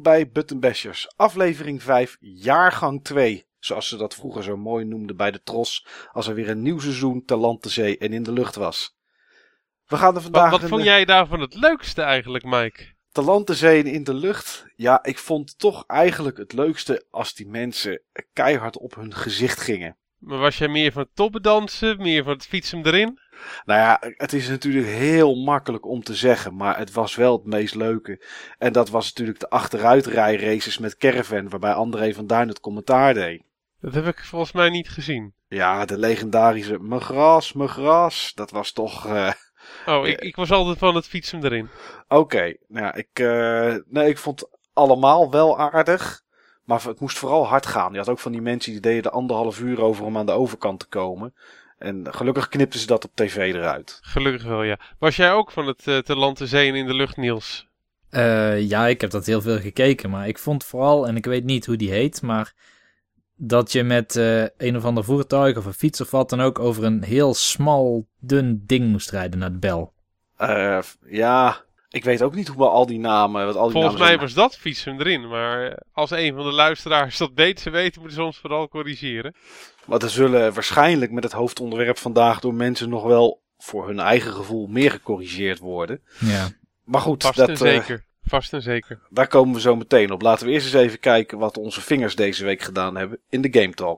bij Button Bashers, aflevering 5, jaargang 2. Zoals ze dat vroeger zo mooi noemden bij de Tros, als er weer een nieuw seizoen te land, te zee en in de lucht was. We gaan er vandaag... Wat vond jij daarvan het leukste eigenlijk, Mike? Te land, te zee en in de lucht. Ja, ik vond toch eigenlijk het leukste als die mensen keihard op hun gezicht gingen. Maar was jij meer van het toppendansen, meer van het fietsen erin? Nou ja, het is natuurlijk heel makkelijk om te zeggen, maar het was wel het meest leuke. En dat was natuurlijk de achteruitrijraces met Caravan, waarbij André van Duin het commentaar deed. Dat heb ik volgens mij niet gezien. Ja, de legendarische me gras, dat was toch... Ik was altijd van het fietsen erin. Oké, nou ik vond het allemaal wel aardig. Maar het moest vooral hard gaan. Je had ook van die mensen die deden er 1,5 uur over om aan de overkant te komen. En gelukkig knipten ze dat op tv eruit. Gelukkig wel, ja. Was jij ook van het te land, te zee en in de lucht, Niels? Ja, ik heb dat heel veel gekeken. Maar ik vond vooral, en ik weet niet hoe die heet, maar dat je met een of ander voertuig of een fiets of wat dan ook over een heel smal, dun ding moest rijden naar de bel. Ja, ik weet ook niet hoe al die namen... Volgens mij was dat fietsen erin. Maar als een van de luisteraars dat beter weten, moeten ze ons vooral corrigeren. Maar er zullen waarschijnlijk met het hoofdonderwerp vandaag door mensen nog wel voor hun eigen gevoel meer gecorrigeerd worden. Ja. Maar goed, Vast en zeker. Daar komen we zo meteen op. Laten we eerst eens even kijken wat onze vingers deze week gedaan hebben in de Game Talk.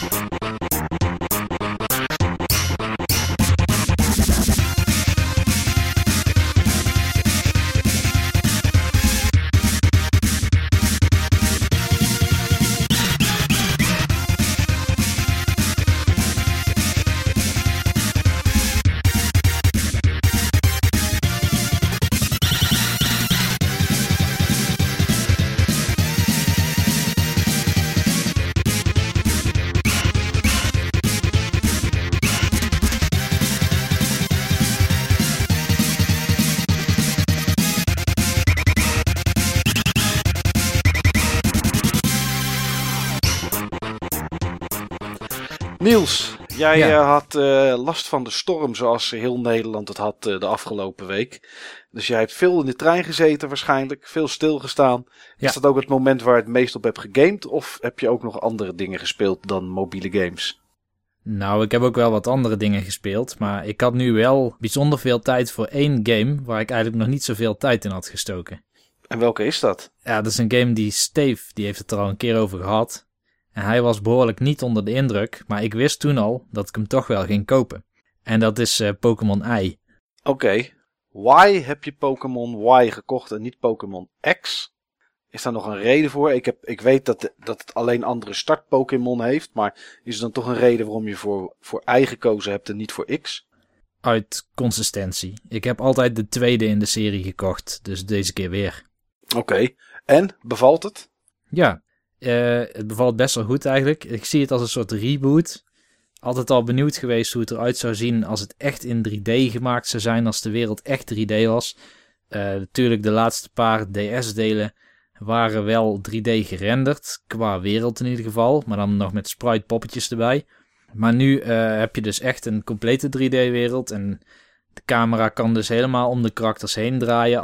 Niels, jij had last van de storm zoals heel Nederland het had de afgelopen week. Dus jij hebt veel in de trein gezeten waarschijnlijk, veel stilgestaan. Ja. Is dat ook het moment waar je het meest op hebt gegamed? Of heb je ook nog andere dingen gespeeld dan mobiele games? Nou, ik heb ook wel wat andere dingen gespeeld. Maar ik had nu wel bijzonder veel tijd voor één game waar ik eigenlijk nog niet zoveel tijd in had gestoken. En welke is dat? Ja, dat is een game die Steve, die heeft het er al een keer over gehad. En hij was behoorlijk niet onder de indruk, maar ik wist toen al dat ik hem toch wel ging kopen. En dat is Pokémon Y. Oké. Why heb je Pokémon Y gekocht en niet Pokémon X? Is daar nog een reden voor? Ik weet dat het alleen andere start Pokémon heeft, maar is er dan toch een reden waarom je voor Y gekozen hebt en niet voor X? Uit consistentie. Ik heb altijd de tweede in de serie gekocht, dus deze keer weer. Oké. En, bevalt het? Ja. Het bevalt best wel goed eigenlijk. Ik zie het als een soort reboot. Altijd al benieuwd geweest hoe het eruit zou zien als het echt in 3D gemaakt zou zijn. Als de wereld echt 3D was. Natuurlijk de laatste paar DS-delen waren wel 3D gerenderd. Qua wereld in ieder geval. Maar dan nog met sprite poppetjes erbij. Maar nu heb je dus echt een complete 3D-wereld. En de camera kan dus helemaal om de karakters heen draaien.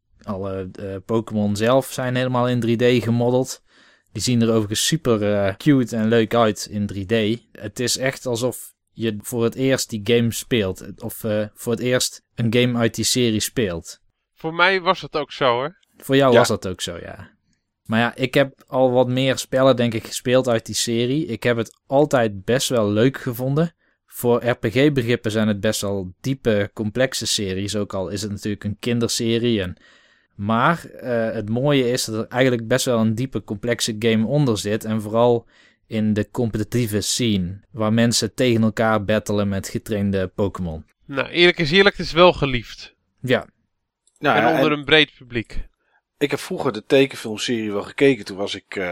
Alle Pokémon zelf zijn helemaal in 3D gemodeld. Die zien er overigens super cute en leuk uit in 3D. Het is echt alsof je voor het eerst die game speelt. Of voor het eerst een game uit die serie speelt. Voor mij was het ook zo, hoor. Voor jou was dat ook zo, ja. Maar ja, ik heb al wat meer spellen denk ik gespeeld uit die serie. Ik heb het altijd best wel leuk gevonden. Voor RPG-begrippen zijn het best wel diepe, complexe series. Ook al is het natuurlijk een kinderserie. Maar het mooie is dat er eigenlijk best wel een diepe, complexe game onder zit. En vooral in de competitieve scene. Waar mensen tegen elkaar battelen met getrainde Pokémon. Nou, eerlijk is eerlijk, het is wel geliefd. Ja. Nou, en onder een breed publiek. Ik heb vroeger de tekenfilmserie wel gekeken. Toen was ik,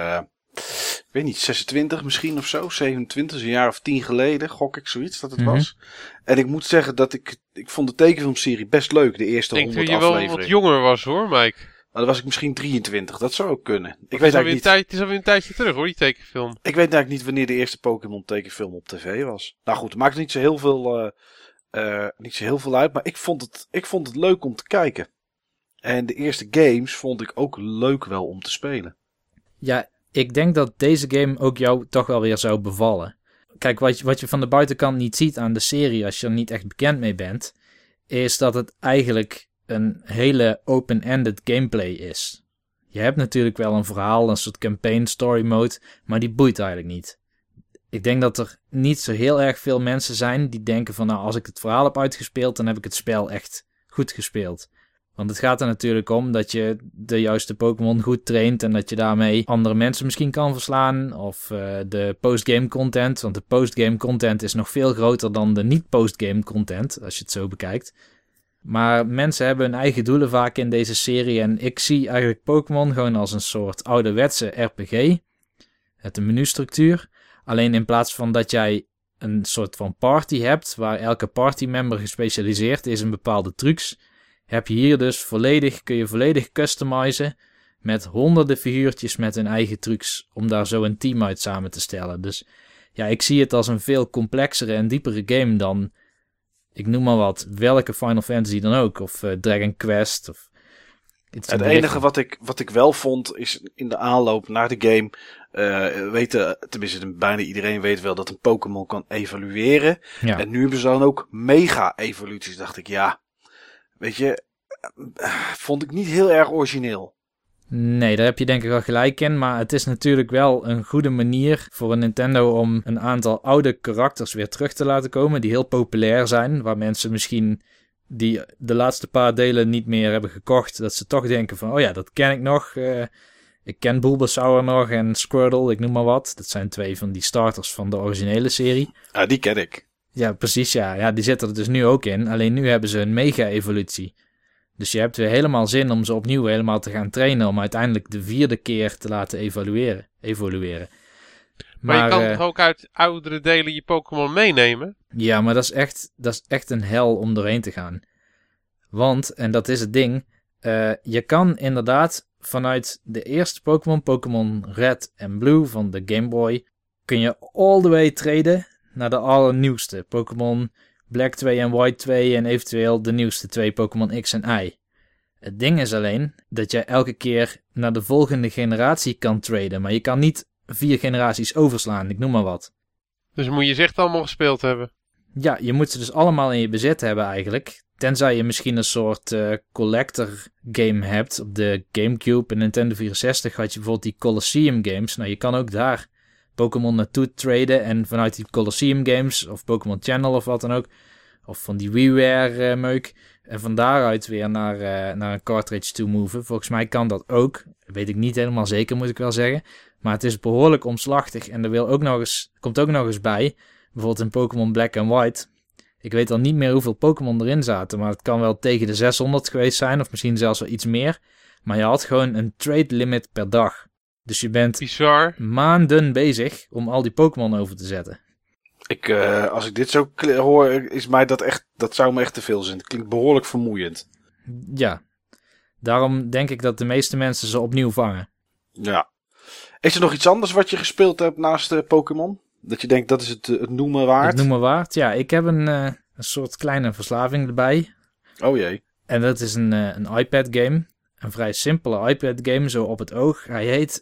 ik weet niet, 26 misschien of zo. 27, een jaar of 10 geleden. Gok ik zoiets dat het was. En ik moet zeggen dat ik vond de tekenfilmserie best leuk. De eerste 100 afleveringen. Ik denk dat je wel wat jonger was hoor, Mike. Maar dan was ik misschien 23. Dat zou ook kunnen. Het is alweer een tijdje terug hoor, die tekenfilm. Ik weet eigenlijk niet wanneer de eerste Pokémon tekenfilm op tv was. Nou goed, het maakt niet zo heel veel uit. Maar ik vond het leuk om te kijken. En de eerste games vond ik ook leuk wel om te spelen. Ja, ik denk dat deze game ook jou toch wel weer zou bevallen. Kijk, wat je van de buitenkant niet ziet aan de serie als je er niet echt bekend mee bent, is dat het eigenlijk een hele open-ended gameplay is. Je hebt natuurlijk wel een verhaal, een soort campaign story mode, maar die boeit eigenlijk niet. Ik denk dat er niet zo heel erg veel mensen zijn die denken van nou, als ik het verhaal heb uitgespeeld, dan heb ik het spel echt goed gespeeld. Want het gaat er natuurlijk om dat je de juiste Pokémon goed traint en dat je daarmee andere mensen misschien kan verslaan. Of de postgame content, want de postgame content is nog veel groter dan de niet-postgame content, als je het zo bekijkt. Maar mensen hebben hun eigen doelen vaak in deze serie en ik zie eigenlijk Pokémon gewoon als een soort ouderwetse RPG. Het een menustructuur. Alleen in plaats van dat jij een soort van party hebt, waar elke partymember gespecialiseerd is in bepaalde trucs, heb je hier dus kun je volledig customizen met honderden figuurtjes met hun eigen trucs om daar zo een team uit samen te stellen. Dus ja, ik zie het als een veel complexere en diepere game dan, ik noem maar welke Final Fantasy dan ook, of Dragon Quest. Of het enige wat ik wel vond is in de aanloop naar de game, tenminste bijna iedereen weet wel dat een Pokémon kan evolueren. Ja. En nu hebben ze dan ook mega-evoluties, dacht ik, ja. Weet je, vond ik niet heel erg origineel. Nee, daar heb je denk ik wel gelijk in. Maar het is natuurlijk wel een goede manier voor een Nintendo om een aantal oude karakters weer terug te laten komen. Die heel populair zijn. Waar mensen misschien die de laatste paar delen niet meer hebben gekocht. Dat ze toch denken van, oh ja, dat ken ik nog. Ik ken Bulbasaur nog en Squirtle, ik noem maar wat. Dat zijn 2 van die starters van de originele serie. Ah, die ken ik. Ja, precies, ja. Ja, die zitten er dus nu ook in. Alleen nu hebben ze een mega-evolutie. Dus je hebt weer helemaal zin om ze opnieuw helemaal te gaan trainen, om uiteindelijk de 4e keer te laten evolueren. Maar je kan toch ook uit oudere delen je Pokémon meenemen? Ja, maar dat is echt een hel om doorheen te gaan. Want, en dat is het ding, je kan inderdaad vanuit de eerste Pokémon Red en Blue van de Game Boy, kun je all the way traden naar de allernieuwste Pokémon Black 2 en White 2 en eventueel de nieuwste 2 Pokémon X en Y. Het ding is alleen dat je elke keer naar de volgende generatie kan traden, maar je kan niet 4 generaties overslaan, ik noem maar wat. Dus moet je ze echt allemaal gespeeld hebben? Ja, je moet ze dus allemaal in je bezit hebben eigenlijk. Tenzij je misschien een soort collector game hebt. Op de Gamecube en Nintendo 64 had je bijvoorbeeld die Colosseum games. Nou, je kan ook daar Pokémon naartoe traden en vanuit die Colosseum games of Pokémon Channel of wat dan ook, of van die WiiWare meuk, en van daaruit weer naar een cartridge toe moven. Volgens mij kan dat ook. Dat weet ik niet helemaal zeker, moet ik wel zeggen. Maar het is behoorlijk omslachtig en er komt ook nog eens bij, bijvoorbeeld in Pokémon Black en White. Ik weet al niet meer hoeveel Pokémon erin zaten, maar het kan wel tegen de 600 geweest zijn, of misschien zelfs wel iets meer. Maar je had gewoon een trade limit per dag. Dus je bent maanden bezig om al die Pokémon over te zetten. Als ik dit zo hoor, is mij dat zou me echt te veel zijn. Het klinkt behoorlijk vermoeiend. Ja, daarom denk ik dat de meeste mensen ze opnieuw vangen. Ja. Is er nog iets anders wat je gespeeld hebt naast Pokémon? Dat je denkt, dat is het noemen waard? Het noemen waard, ja. Ik heb een soort kleine verslaving erbij. Oh jee. En dat is een iPad game. Een vrij simpele iPad game, zo op het oog. Hij heet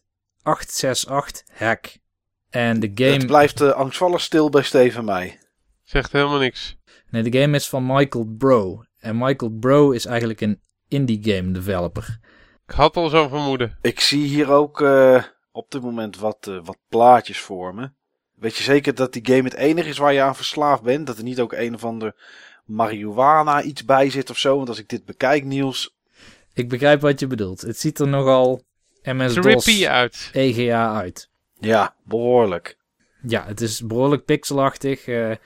868 Hack. En de game... Het blijft angstvallig stil bij Steven mij. Zegt helemaal niks. Nee, de game is van Michael Bro. En Michael Bro is eigenlijk een indie game developer. Ik had al zo'n vermoeden. Ik zie hier ook op dit moment wat plaatjes voor me. Weet je zeker dat die game het enige is waar je aan verslaafd bent? Dat er niet ook een of ander marihuana iets bij zit of zo? Want als ik dit bekijk, Niels... Ik begrijp wat je bedoelt. Het ziet er nogal MS-DOS uit. EGA uit. Ja, behoorlijk. Ja, het is behoorlijk pixelachtig.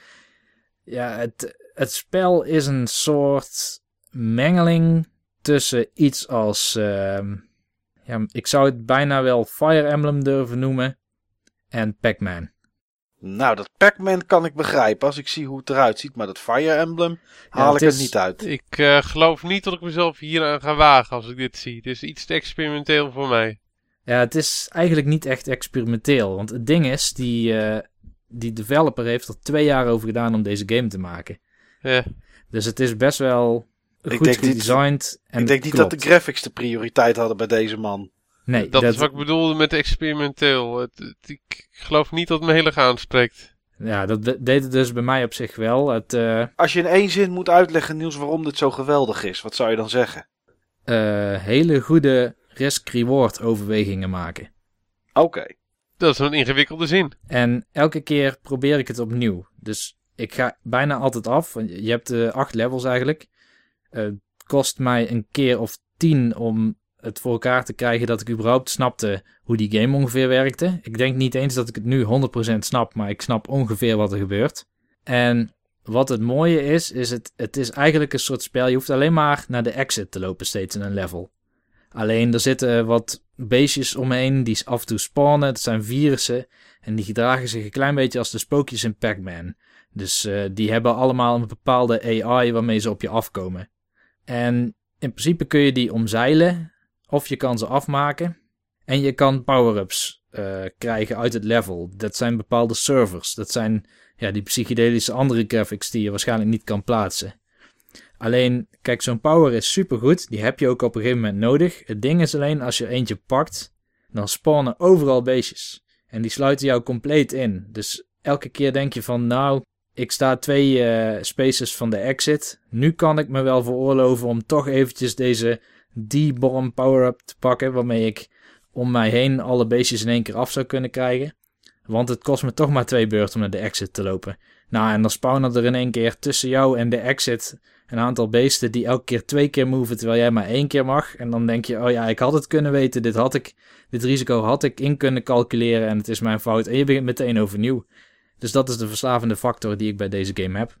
Het spel is een soort mengeling tussen iets als... ik zou het bijna wel Fire Emblem durven noemen. En Pac-Man. Nou, dat Pac-Man kan ik begrijpen als ik zie hoe het eruit ziet. Maar dat Fire Emblem haal ik er niet uit. Ik geloof niet dat ik mezelf hier aan ga wagen als ik dit zie. Het is iets te experimenteel voor mij. Ja, het is eigenlijk niet echt experimenteel. Want het ding is, die developer heeft er 2 jaar over gedaan om deze game te maken. Ja. Dus het is best wel goed gedesigned. Ik denk niet dat de graphics de prioriteit hadden bij deze man. Nee, dat is wat ik bedoelde met experimenteel. Ik geloof niet dat het me heel erg aanspreekt. Ja, dat deed het dus bij mij op zich wel. Als je in 1 zin moet uitleggen, Niels, waarom dit zo geweldig is, wat zou je dan zeggen? Hele goede risk-reward overwegingen maken. Oké. Dat is een ingewikkelde zin. En elke keer probeer ik het opnieuw. Dus ik ga bijna altijd af. Je hebt 8 levels eigenlijk. Het kost mij een keer of 10 om het voor elkaar te krijgen dat ik überhaupt snapte hoe die game ongeveer werkte. Ik denk niet eens dat ik het nu 100% snap, maar ik snap ongeveer wat er gebeurt. En wat het mooie is het is eigenlijk een soort spel. Je hoeft alleen maar naar de exit te lopen steeds in een level. Alleen er zitten wat beestjes omheen die af en toe spawnen. Het zijn virussen en die gedragen zich een klein beetje als de spookjes in Pac-Man. Dus die hebben allemaal een bepaalde AI waarmee ze op je afkomen. En in principe kun je die omzeilen of je kan ze afmaken. En je kan power-ups krijgen uit het level. Dat zijn bepaalde servers. Dat zijn die psychedelische andere graphics die je waarschijnlijk niet kan plaatsen. Alleen, kijk, zo'n power is supergoed. Die heb je ook op een gegeven moment nodig. Het ding is alleen, als je eentje pakt, dan spawnen overal beestjes. En die sluiten jou compleet in. Dus elke keer denk je van, nou, ik sta 2 spaces van de exit. Nu kan ik me wel veroorloven om toch eventjes deze D-bomb power-up te pakken, waarmee ik om mij heen alle beestjes in 1 keer af zou kunnen krijgen. Want het kost me toch maar 2 beurten om naar de exit te lopen. Nou, en dan spawnen er in 1 keer tussen jou en de exit een aantal beesten die elke keer 2 keer moven, terwijl jij maar 1 keer mag. En dan denk je, oh ja, ik had het kunnen weten, dit risico had ik in kunnen calculeren en het is mijn fout. En je begint meteen overnieuw. Dus dat is de verslavende factor die ik bij deze game heb.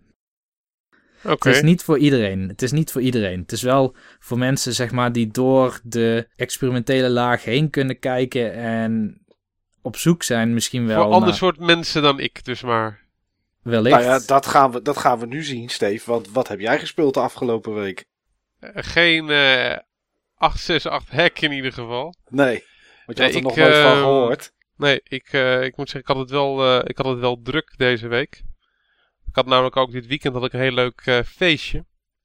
Okay. Het is niet voor iedereen. Het is wel voor mensen, zeg maar, die door de experimentele laag heen kunnen kijken en op zoek zijn misschien wel. Voor ander soort mensen dan ik, dus maar. Wellicht. Nou ja, dat gaan we nu zien, Steve. Want wat heb jij gespeeld de afgelopen week? Geen 868 hack in ieder geval. Nee, want je had er nog nooit van gehoord. Nee, ik moet zeggen, ik had het wel druk deze week. Ik had namelijk ook dit weekend een heel leuk feestje.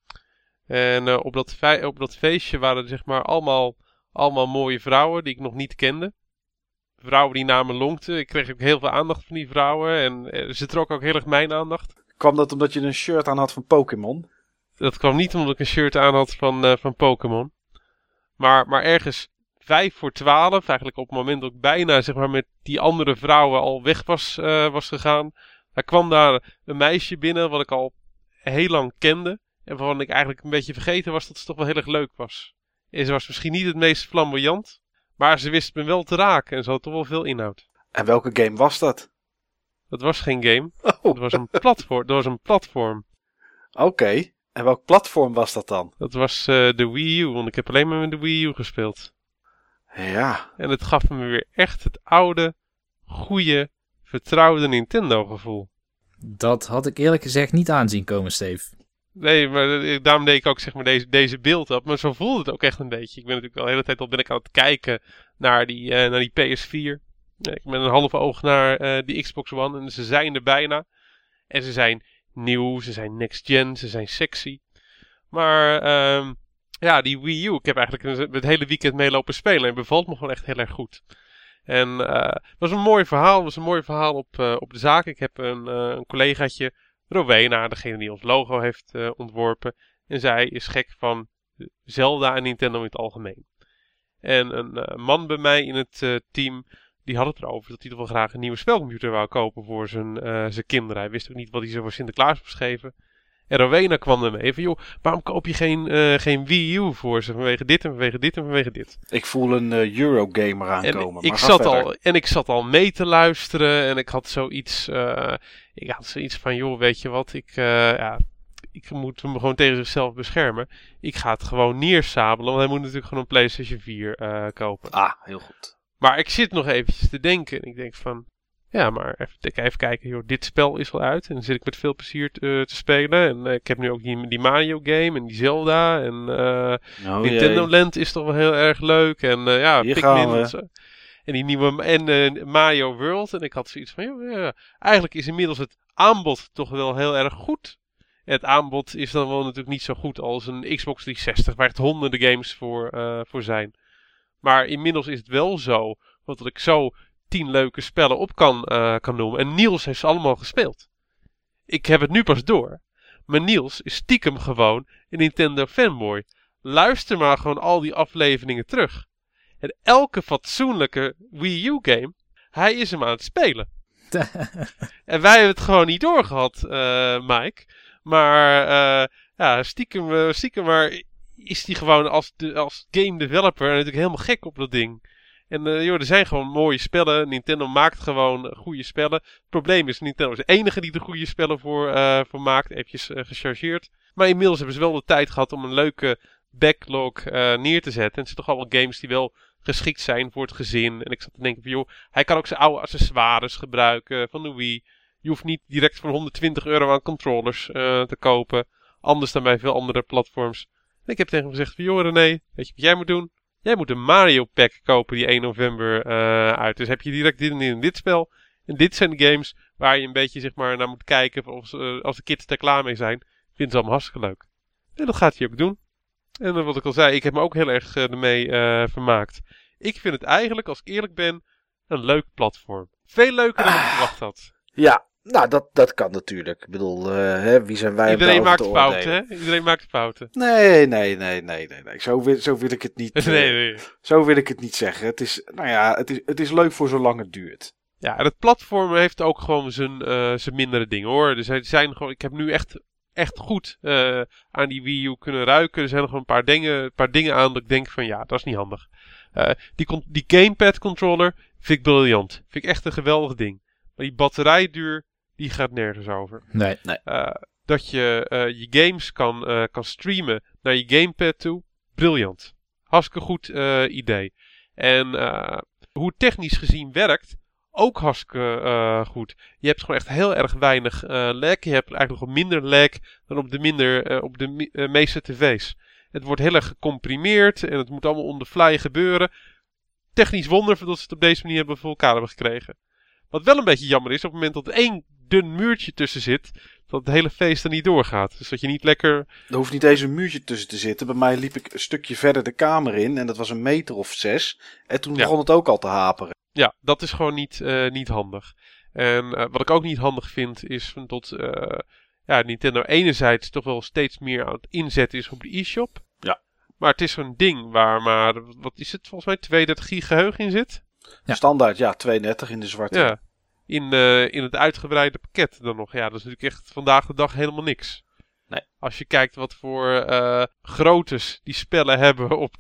En op dat feestje waren er zeg maar allemaal mooie vrouwen die ik nog niet kende. Vrouwen die naar me lonkten. Ik kreeg ook heel veel aandacht van die vrouwen. En ze trokken ook heel erg mijn aandacht. Kwam dat omdat je een shirt aan had van Pokémon? Dat kwam niet omdat ik een shirt aan had van Pokémon. Maar ergens 11:55, eigenlijk op het moment dat ik bijna zeg maar, met die andere vrouwen al weg was gegaan. Daar kwam daar een meisje binnen wat ik al heel lang kende. En waarvan ik eigenlijk een beetje vergeten was dat ze toch wel heel erg leuk was. En ze was misschien niet het meest flamboyant. Maar ze wist me wel te raken en ze had toch wel veel inhoud. En welke game was dat? Dat was geen game. Oh. Dat was een platform. Oké. En welk platform was dat dan? Dat was de Wii U, want ik heb alleen maar met de Wii U gespeeld. Ja. En het gaf me weer echt het oude, goede, vertrouwde Nintendo gevoel. Dat had ik eerlijk gezegd niet aanzien komen, Steve. Nee, maar daarom deed ik ook zeg maar deze beeld op. Maar zo voelde het ook echt een beetje. Ik ben natuurlijk al de hele tijd aan het kijken naar die PS4. Ik ben een half oog naar die Xbox One. En ze zijn er bijna. En ze zijn nieuw, ze zijn next gen, ze zijn sexy. Maar die Wii U, ik heb eigenlijk het hele weekend mee lopen spelen. En bevalt me gewoon echt heel erg goed. En het was een mooi verhaal. Het was een mooi verhaal op de zaak. Ik heb een collegaatje, Rowena, degene die ons logo heeft ontworpen. En zij is gek van Zelda en Nintendo in het algemeen. En een man bij mij in het team, die had het erover dat hij toch wel graag een nieuwe spelcomputer wou kopen voor zijn kinderen. Hij wist ook niet wat hij zo voor Sinterklaas moest geven. En Rowena kwam ermee van, joh, waarom koop je geen Wii U voor ze? Vanwege dit en vanwege dit en vanwege dit. Ik voel een Eurogamer aankomen. Ik zat al mee te luisteren en ik had zoiets van, joh, weet je wat, ik moet hem gewoon tegen zichzelf beschermen. Ik ga het gewoon neersabelen, want hij moet natuurlijk gewoon een PlayStation 4 kopen. Ah, heel goed. Maar ik zit nog eventjes te denken en ik denk van, ja, maar even kijken, joh, dit spel is al uit. En dan zit ik met veel plezier te spelen. En ik heb nu ook die Mario game en die Zelda. En Nintendo Land is toch wel heel erg leuk. En Pikmin. En die nieuwe en Mario World. En ik had zoiets van, joh, eigenlijk is inmiddels het aanbod toch wel heel erg goed. En het aanbod is dan wel natuurlijk niet zo goed als een Xbox 360, waar echt honderden games voor zijn. Maar inmiddels is het wel zo, want dat ik zo 10 leuke spellen op kan noemen. En Niels heeft ze allemaal gespeeld. Ik heb het nu pas door. Maar Niels is stiekem gewoon een Nintendo fanboy. Luister maar gewoon al die afleveringen terug. En elke fatsoenlijke Wii U game, hij is hem aan het spelen. En wij hebben het gewoon niet doorgehad, Mike. Maar stiekem maar is hij gewoon als game developer natuurlijk helemaal gek op dat ding. En er zijn gewoon mooie spellen. Nintendo maakt gewoon goede spellen. Het probleem is, Nintendo is de enige die er goede spellen voor maakt. Eventjes gechargeerd. Maar inmiddels hebben ze wel de tijd gehad om een leuke backlog neer te zetten. En het zijn toch allemaal games die wel geschikt zijn voor het gezin. En ik zat te denken van joh, hij kan ook zijn oude accessoires gebruiken van de Wii. Je hoeft niet direct voor €120 aan controllers te kopen. Anders dan bij veel andere platforms. En ik heb tegen hem gezegd van joh René, weet je wat jij moet doen? Jij moet een Mario Pack kopen die 1 november uit. Dus heb je direct dit en dit spel. En dit zijn de games waar je een beetje zeg maar naar moet kijken. Als de kids er klaar mee zijn. Vinden ze allemaal hartstikke leuk. En dat gaat hij ook doen. En wat ik al zei, ik heb me ook heel erg ermee vermaakt. Ik vind het eigenlijk, als ik eerlijk ben, een leuk platform. Veel leuker dan ik verwacht had. Ja, nou dat kan natuurlijk. Ik bedoel, wie zijn wij Iedereen om maakt daarover te fouten, oordelen? hè? Iedereen maakt fouten. Nee. Zo wil ik het niet. Nee. Zo wil ik het niet zeggen. Het is leuk voor zolang het duurt. Ja, en het platform heeft ook gewoon zijn mindere dingen, hoor. Dus ik heb nu echt goed aan die Wii U kunnen ruiken. Er zijn nog een paar dingen aan dat ik denk van ja, dat is niet handig. Die gamepad controller vind ik briljant. Vind ik echt een geweldig ding. Maar die batterijduur, die gaat nergens over. Nee. Dat je je games kan streamen naar je gamepad toe, briljant. Hartstikke goed idee. En hoe het technisch gezien werkt, ook hartstikke goed. Je hebt gewoon echt heel erg weinig lag. Je hebt eigenlijk nog minder lag dan op de meeste tv's. Het wordt heel erg gecomprimeerd en het moet allemaal on the fly gebeuren. Technisch wonder dat ze het op deze manier voor elkaar hebben gekregen. Wat wel een beetje jammer is, op het moment dat er één dun muurtje tussen zit, dat het hele feest er niet doorgaat. Dus dat je niet lekker... Er hoeft niet eens een muurtje tussen te zitten. Bij mij liep ik een stukje verder de kamer in en dat was 1 meter of 6. En toen begon het ook al te haperen. Ja, dat is gewoon niet handig. En wat ik ook niet handig vind is dat Nintendo enerzijds toch wel steeds meer aan het inzetten is op de e-shop. Ja. Maar het is zo'n ding waar maar, wat is het volgens mij, 32 gig geheugen in zit? Ja. Standaard, ja, 32 in de zwarte. Ja, in het uitgebreide pakket dan nog. Ja, dat is natuurlijk echt vandaag de dag helemaal niks. Nee. Als je kijkt wat voor groottes die spellen hebben op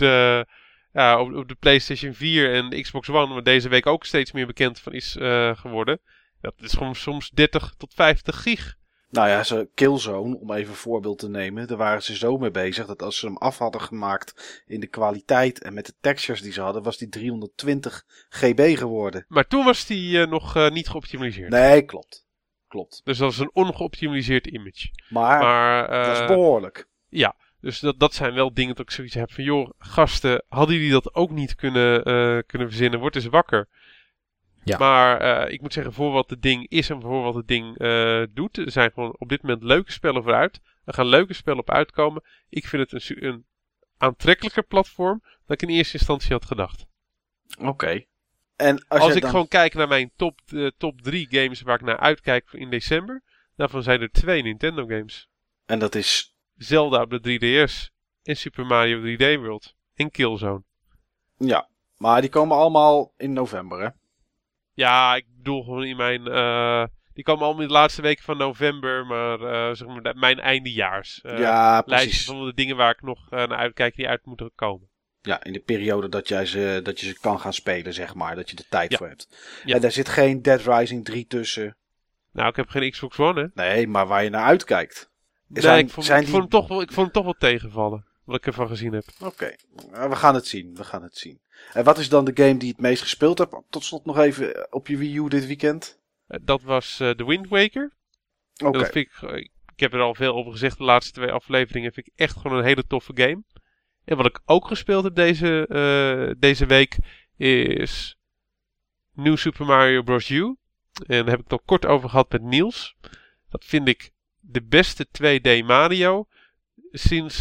de PlayStation 4 en de Xbox One, waar deze week ook steeds meer bekend van is geworden. Dat is gewoon soms 30 tot 50 gig. Nou ja, Killzone, om even een voorbeeld te nemen, daar waren ze zo mee bezig dat als ze hem af hadden gemaakt in de kwaliteit en met de textures die ze hadden, was die 320 GB geworden. Maar toen was die nog niet geoptimaliseerd. Nee, klopt. Dus dat is een ongeoptimaliseerd image. Maar dat is behoorlijk. Ja, dus dat zijn wel dingen dat ik zoiets heb van, joh, gasten, hadden jullie dat ook niet kunnen verzinnen? Word eens wakker. Ja. Maar ik moet zeggen, voor wat het ding is en voor wat het ding doet, er zijn gewoon op dit moment leuke spellen vooruit. Er gaan leuke spellen op uitkomen. Ik vind het een aantrekkelijker platform dan ik in eerste instantie had gedacht. Oké. En als ik gewoon kijk naar mijn top 3 games waar ik naar uitkijk in december, daarvan zijn er 2 Nintendo games. En dat is? Zelda op de 3DS en Super Mario 3D World en Killzone. Ja, maar die komen allemaal in november, hè? Ja, ik bedoel gewoon in mijn... die komen allemaal in de laatste weken van november, maar zeg maar mijn eindejaars. Ja, precies. Lijstje van de dingen waar ik nog naar uitkijk die uit moeten komen. Ja, in de periode dat je ze kan gaan spelen, zeg maar. Dat je de tijd voor hebt. Ja. En daar zit geen Dead Rising 3 tussen. Nou, ik heb geen Xbox One, hè? Nee, maar waar je naar uitkijkt. Nee, ik vond hem toch wel tegenvallen. Wat ik ervan gezien heb. Oké, we gaan het zien. En wat is dan de game die je het meest gespeeld hebt? Tot slot nog even op je Wii U dit weekend. Dat was The Wind Waker. Oké. Dat vind ik heb er al veel over gezegd. De laatste 2 afleveringen vind ik echt gewoon een hele toffe game. En wat ik ook gespeeld heb deze week is New Super Mario Bros. U. En daar heb ik het al kort over gehad met Niels. Dat vind ik de beste 2D Mario sinds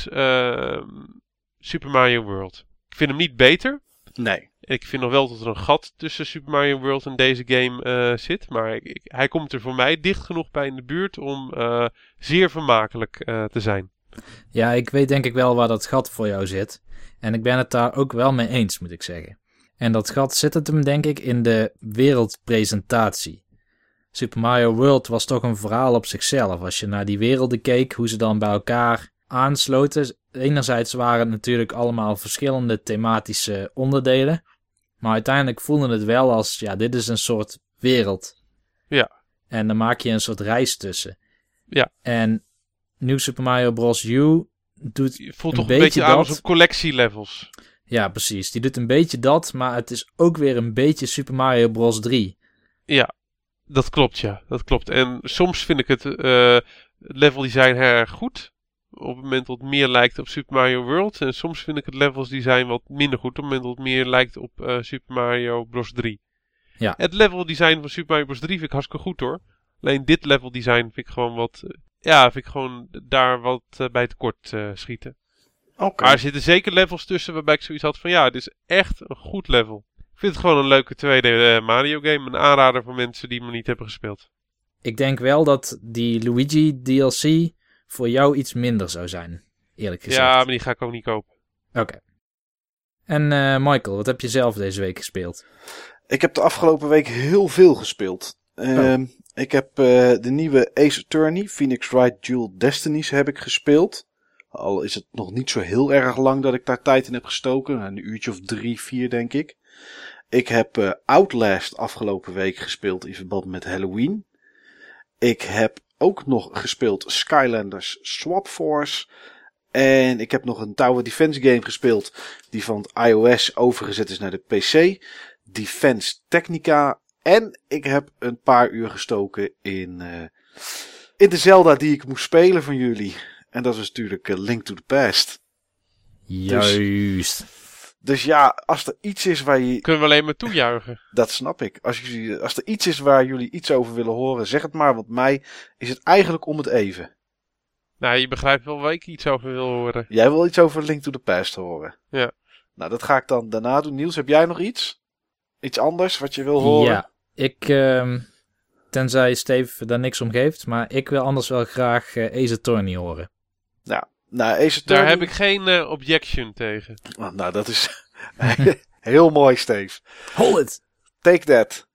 Super Mario World. Ik vind hem niet beter. Nee. Ik vind nog wel dat er een gat tussen Super Mario World en deze game zit. Maar hij komt er voor mij dicht genoeg bij in de buurt om zeer vermakelijk te zijn. Ja, ik weet denk ik wel waar dat gat voor jou zit. En ik ben het daar ook wel mee eens, moet ik zeggen. En dat gat zit het hem denk ik in de wereldpresentatie. Super Mario World was toch een verhaal op zichzelf. Als je naar die werelden keek, hoe ze dan bij elkaar aansloten. Enerzijds waren het natuurlijk allemaal verschillende thematische onderdelen. Maar uiteindelijk voelde het wel als, ja, dit is een soort wereld. Ja. En dan maak je een soort reis tussen. Ja. En New Super Mario Bros. U doet Je voelt een toch een beetje dat. aan als op collectielevels. Ja, precies. Die doet een beetje dat, maar het is ook weer een beetje Super Mario Bros. 3. Ja, dat klopt, ja. Dat klopt. En soms vind ik het level design heel erg goed. Op het moment dat het meer lijkt op Super Mario World. En soms vind ik het levels design wat minder goed. Op het moment dat het meer lijkt op Super Mario Bros. 3. Ja. Het level design van Super Mario Bros. 3 vind ik hartstikke goed hoor. Alleen dit level design vind ik gewoon wat... vind ik gewoon daar wat bij tekort schieten. Okay. Maar er zitten zeker levels tussen waarbij ik zoiets had van... Ja, dit is echt een goed level. Ik vind het gewoon een leuke 2D Mario game. Een aanrader voor mensen die hem niet hebben gespeeld. Ik denk wel dat die Luigi DLC voor jou iets minder zou zijn. Eerlijk gezegd. Ja, maar die ga ik ook niet kopen. Oké. En Michael, wat heb je zelf deze week gespeeld? Ik heb de afgelopen week heel veel gespeeld. Ik heb de nieuwe Ace Attorney, Phoenix Wright Dual Destinies heb ik gespeeld. Al is het nog niet zo heel erg lang dat ik daar tijd in heb gestoken. Een uurtje of 3, 4 denk ik. Ik heb Outlast afgelopen week gespeeld in verband met Halloween. Ik heb ook nog gespeeld Skylanders Swap Force. En ik heb nog een Tower Defense game gespeeld die van het iOS overgezet is naar de PC. Defense Technica. En ik heb een paar uur gestoken in de Zelda die ik moest spelen van jullie. En dat was natuurlijk Link to the Past. Juist. Dus ja, als er iets is waar je... Kunnen we alleen maar toejuichen. Dat snap ik. Als er iets is waar jullie iets over willen horen, zeg het maar. Want mij is het eigenlijk om het even. Nou, je begrijpt wel waar ik iets over wil horen. Jij wil iets over Link to the Past horen. Ja. Nou, dat ga ik dan daarna doen. Niels, heb jij nog iets? Iets anders wat je wil horen? Ja, ik... tenzij Steve daar niks om geeft. Maar ik wil anders wel graag Ace Attorney horen. Nou, Ace Attorney... Daar heb ik geen objection tegen. Nou, dat is heel mooi, Steve. Hold it! Take that.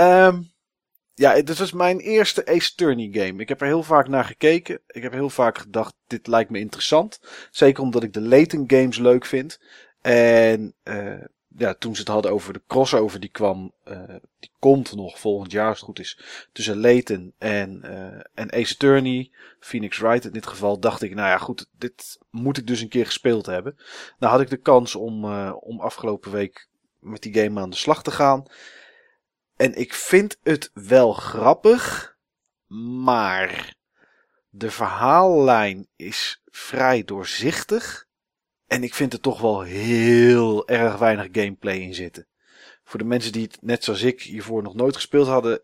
Ja, dit was mijn eerste Ace Attorney game. Ik heb er heel vaak naar gekeken. Ik heb heel vaak gedacht, dit lijkt me interessant. Zeker omdat ik de Layton games leuk vind. En toen ze het hadden over de crossover die kwam, die komt nog volgend jaar als het goed is, tussen Layton en Ace Attorney, Phoenix Wright in dit geval, dacht ik, nou ja goed, dit moet ik dus een keer gespeeld hebben. Nou had ik de kans om afgelopen week met die game aan de slag te gaan. En ik vind het wel grappig, maar de verhaallijn is vrij doorzichtig. En ik vind er toch wel heel erg weinig gameplay in zitten. Voor de mensen die het net zoals ik hiervoor nog nooit gespeeld hadden.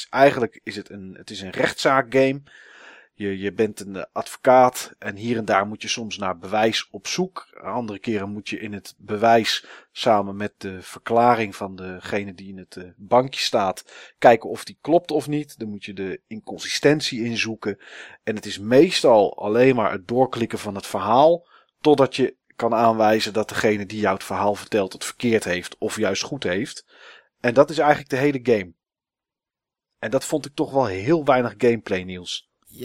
Het is een rechtszaakgame. Je bent een advocaat en hier en daar moet je soms naar bewijs op zoek. Andere keren moet je in het bewijs samen met de verklaring van degene die in het bankje staat kijken of die klopt of niet. Dan moet je de inconsistentie inzoeken. En het is meestal alleen maar het doorklikken van het verhaal totdat je kan aanwijzen dat degene die jou het verhaal vertelt het verkeerd heeft of juist goed heeft. En dat is eigenlijk de hele game. En dat vond ik toch wel heel weinig gameplay, Niels.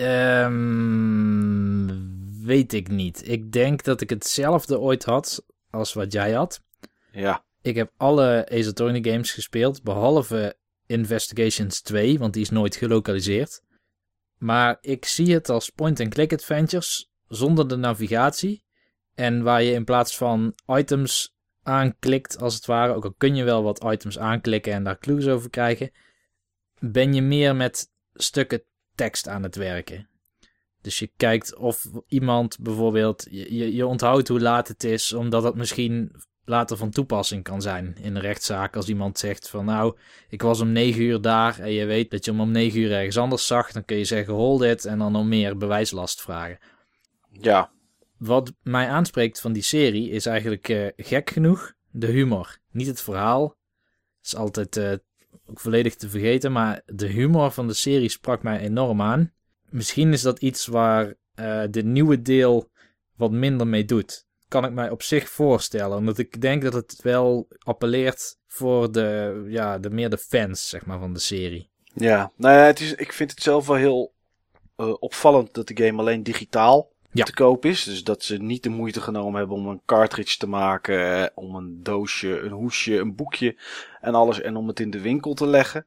Weet ik niet. Ik denk dat ik hetzelfde ooit had als wat jij had. Ja. Ik heb alle Ace Attorney games gespeeld, behalve Investigations 2, want die is nooit gelokaliseerd. Maar ik zie het als point-and-click adventures zonder de navigatie. En waar je in plaats van items aanklikt, als het ware, ook al kun je wel wat items aanklikken en daar clues over krijgen, ben je meer met stukken tekst aan het werken. Dus je kijkt of iemand bijvoorbeeld, je onthoudt hoe laat het is, omdat het misschien later van toepassing kan zijn in een rechtszaak. Als iemand zegt van nou, ik was om 9 uur daar en je weet dat je hem om 9 uur ergens anders zag, dan kun je zeggen hold it en dan om meer bewijslast vragen. Ja. Wat mij aanspreekt van die serie is eigenlijk gek genoeg de humor. Niet het verhaal. Het is altijd ook volledig te vergeten, maar de humor van de serie sprak mij enorm aan. Misschien is dat iets waar dit nieuwe deel wat minder mee doet. Kan ik mij op zich voorstellen. Omdat ik denk dat het wel appelleert voor de meer de fans, zeg maar, van de serie. Ja, nou ja, ik vind het zelf wel heel opvallend dat de game alleen digitaal te koop is. Dus dat ze niet de moeite genomen hebben om een cartridge te maken, om een doosje, een hoesje, een boekje en alles en om het in de winkel te leggen.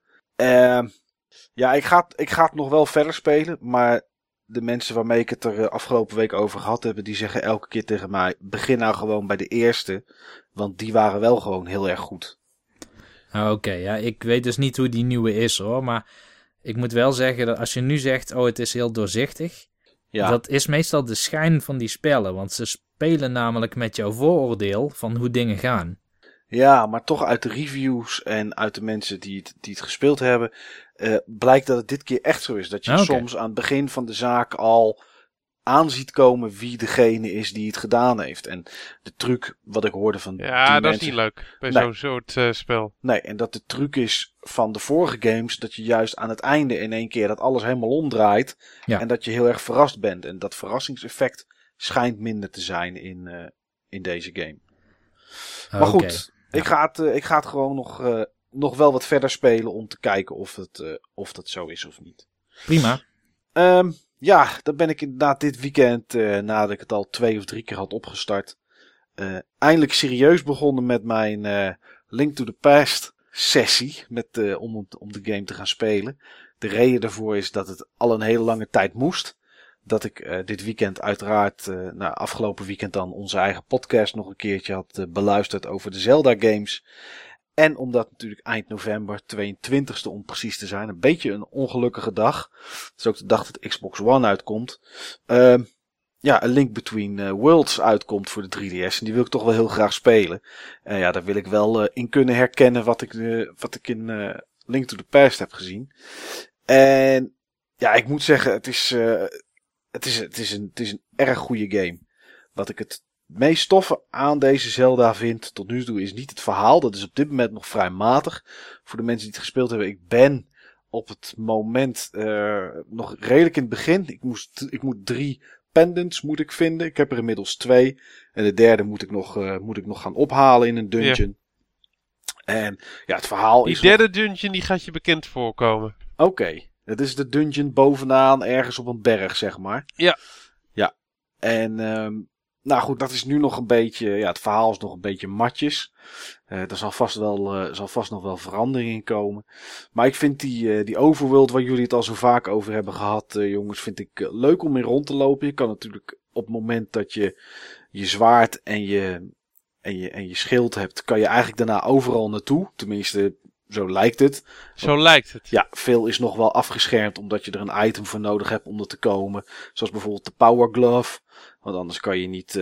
Ja, ik ga het nog wel verder spelen, maar de mensen waarmee ik het er afgelopen week over gehad heb, die zeggen elke keer tegen mij, begin nou gewoon bij de eerste, want die waren wel gewoon heel erg goed. Oké, ja, ik weet dus niet hoe die nieuwe is hoor, maar ik moet wel zeggen dat als je nu zegt, oh het is heel doorzichtig, dat is meestal de schijn van die spellen, want ze spelen namelijk met jouw vooroordeel van hoe dingen gaan. Ja, maar toch uit de reviews en uit de mensen die het gespeeld hebben, blijkt dat het dit keer echt zo is. Dat je soms aan het begin van de zaak al aanziet komen wie degene is die het gedaan heeft. En de truc, wat ik hoorde van die mensen... is niet leuk bij zo'n soort spel. Nee, en dat de truc is van de vorige games, dat je juist aan het einde in één keer dat alles helemaal omdraait. Ja. En dat je heel erg verrast bent. En dat verrassingseffect schijnt minder te zijn in deze game. Maar goed, ik ga het gewoon nog wel wat verder spelen om te kijken of dat zo is of niet. Prima. Ja, dan ben ik inderdaad dit weekend, nadat ik het al 2 of 3 keer had opgestart, eindelijk serieus begonnen met mijn Link to the Past sessie, om de game te gaan spelen. De reden daarvoor is dat het al een hele lange tijd moest. Dat ik dit weekend uiteraard, afgelopen weekend dan onze eigen podcast nog een keertje had beluisterd over de Zelda games. En omdat natuurlijk eind november, 22e om precies te zijn, een beetje een ongelukkige dag. Het is ook de dag dat Xbox One uitkomt. Een Link Between Worlds uitkomt voor de 3DS. En die wil ik toch wel heel graag spelen. Daar wil ik wel in kunnen herkennen wat ik in Link to the Past heb gezien. En ja, ik moet zeggen, het is een erg goede game. Wat ik het meest toffe aan deze Zelda vind tot nu toe is niet het verhaal. Dat is op dit moment nog vrij matig. Voor de mensen die het gespeeld hebben. Ik ben op het moment nog redelijk in het begin. Ik moet 3 pendants moet ik vinden. Ik heb er inmiddels 2. En de derde moet ik nog gaan ophalen in een dungeon. Ja. En ja, het verhaal die is... Die derde dungeon die gaat je bekend voorkomen. Oké. Het is de dungeon bovenaan ergens op een berg, zeg maar. Ja. Ja. En... nou goed, dat is nu nog een beetje... Ja, het verhaal is nog een beetje matjes. Er zal vast nog wel verandering in komen. Maar ik vind die overworld waar jullie het al zo vaak over hebben gehad, jongens, vind ik leuk om in rond te lopen. Je kan natuurlijk op het moment dat je je zwaard en je schild hebt, kan je eigenlijk daarna overal naartoe. Tenminste, zo lijkt het. Zo lijkt het. Ja, veel is nog wel afgeschermd omdat je er een item voor nodig hebt om er te komen. Zoals bijvoorbeeld de Power Glove. Want anders kan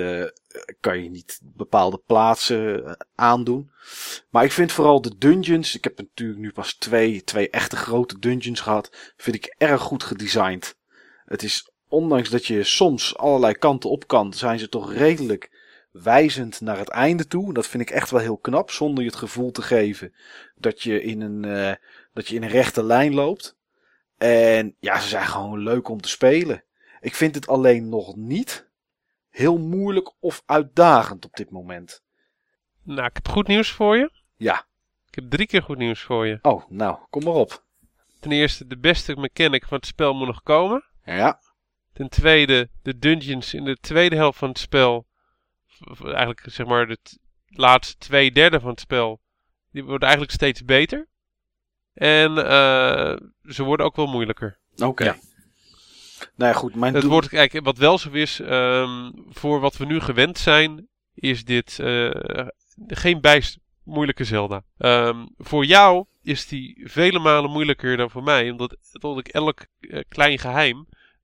je niet bepaalde plaatsen aandoen. Maar ik vind vooral de dungeons. Ik heb natuurlijk nu pas twee echte grote dungeons gehad. Vind ik erg goed gedesigned. Het is, ondanks dat je soms allerlei kanten op kan, zijn ze toch redelijk wijzend naar het einde toe. Dat vind ik echt wel heel knap. Zonder je het gevoel te geven dat je in een rechte lijn loopt. En ja, ze zijn gewoon leuk om te spelen. Ik vind het alleen nog niet heel moeilijk of uitdagend op dit moment. Nou, ik heb goed nieuws voor je. Ja. Ik heb 3 keer goed nieuws voor je. Oh, nou, kom maar op. Ten eerste, de beste mechanic van het spel moet nog komen. Ja. Ten tweede, de dungeons in de tweede helft van het spel, eigenlijk zeg maar de laatste 2/3 van het spel, die worden eigenlijk steeds beter. En ze worden ook wel moeilijker. Oké. Ja. Nou ja, goed. Kijk, wat wel zo is, voor wat we nu gewend zijn, is dit geen bijst moeilijke Zelda. Voor jou is die vele malen moeilijker dan voor mij, omdat ik elk klein geheim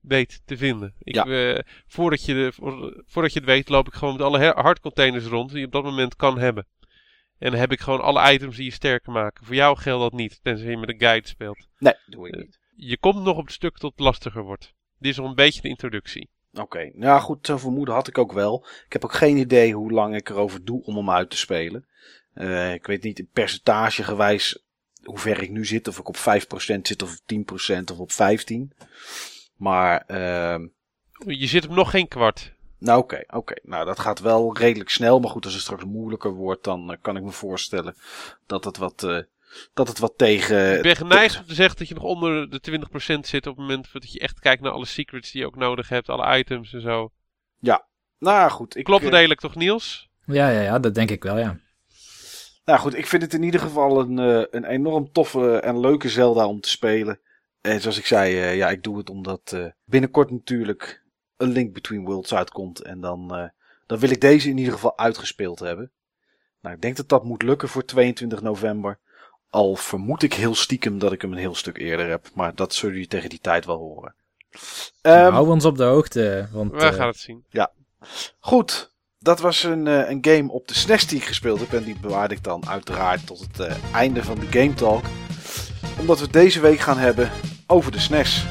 weet te vinden. Voordat je het weet, loop ik gewoon met alle hardcontainers rond die je op dat moment kan hebben. En dan heb ik gewoon alle items die je sterker maken. Voor jou geldt dat niet, tenzij je met een guide speelt. Nee, doe ik niet. Je komt nog op het stuk tot het lastiger wordt. Dit is nog een beetje de introductie. Oké, nou goed, zo'n vermoeden had ik ook wel. Ik heb ook geen idee hoe lang ik erover doe om hem uit te spelen. Ik weet niet percentagegewijs hoe ver ik nu zit. Of ik op 5% zit of op 10% of op 15%. Maar... Je zit op nog geen kwart. Nou oké. Nou, dat gaat wel redelijk snel. Maar goed, als het straks moeilijker wordt, dan kan ik me voorstellen dat het wat tegen... Ik ben geneigd om te zeggen dat je nog onder de 20% zit op het moment dat je echt kijkt naar alle secrets die je ook nodig hebt. Alle items en zo. Ja, nou goed. Klopt het redelijk toch, Niels? Ja, dat denk ik wel, ja. Nou goed, ik vind het in ieder geval een enorm toffe en leuke Zelda om te spelen. En zoals ik zei, ik doe het omdat binnenkort natuurlijk een Link Between Worlds uitkomt. En dan wil ik deze in ieder geval uitgespeeld hebben. Nou, ik denk dat dat moet lukken voor 22 november. Al vermoed ik heel stiekem dat ik hem een heel stuk eerder heb. Maar dat zullen jullie tegen die tijd wel horen. Hou ons op de hoogte. Want, we gaan het zien. Ja, goed. Dat was een game op de SNES die ik gespeeld heb. En die bewaarde ik dan uiteraard tot het einde van de Game Talk. Omdat we het deze week gaan hebben over de SNES.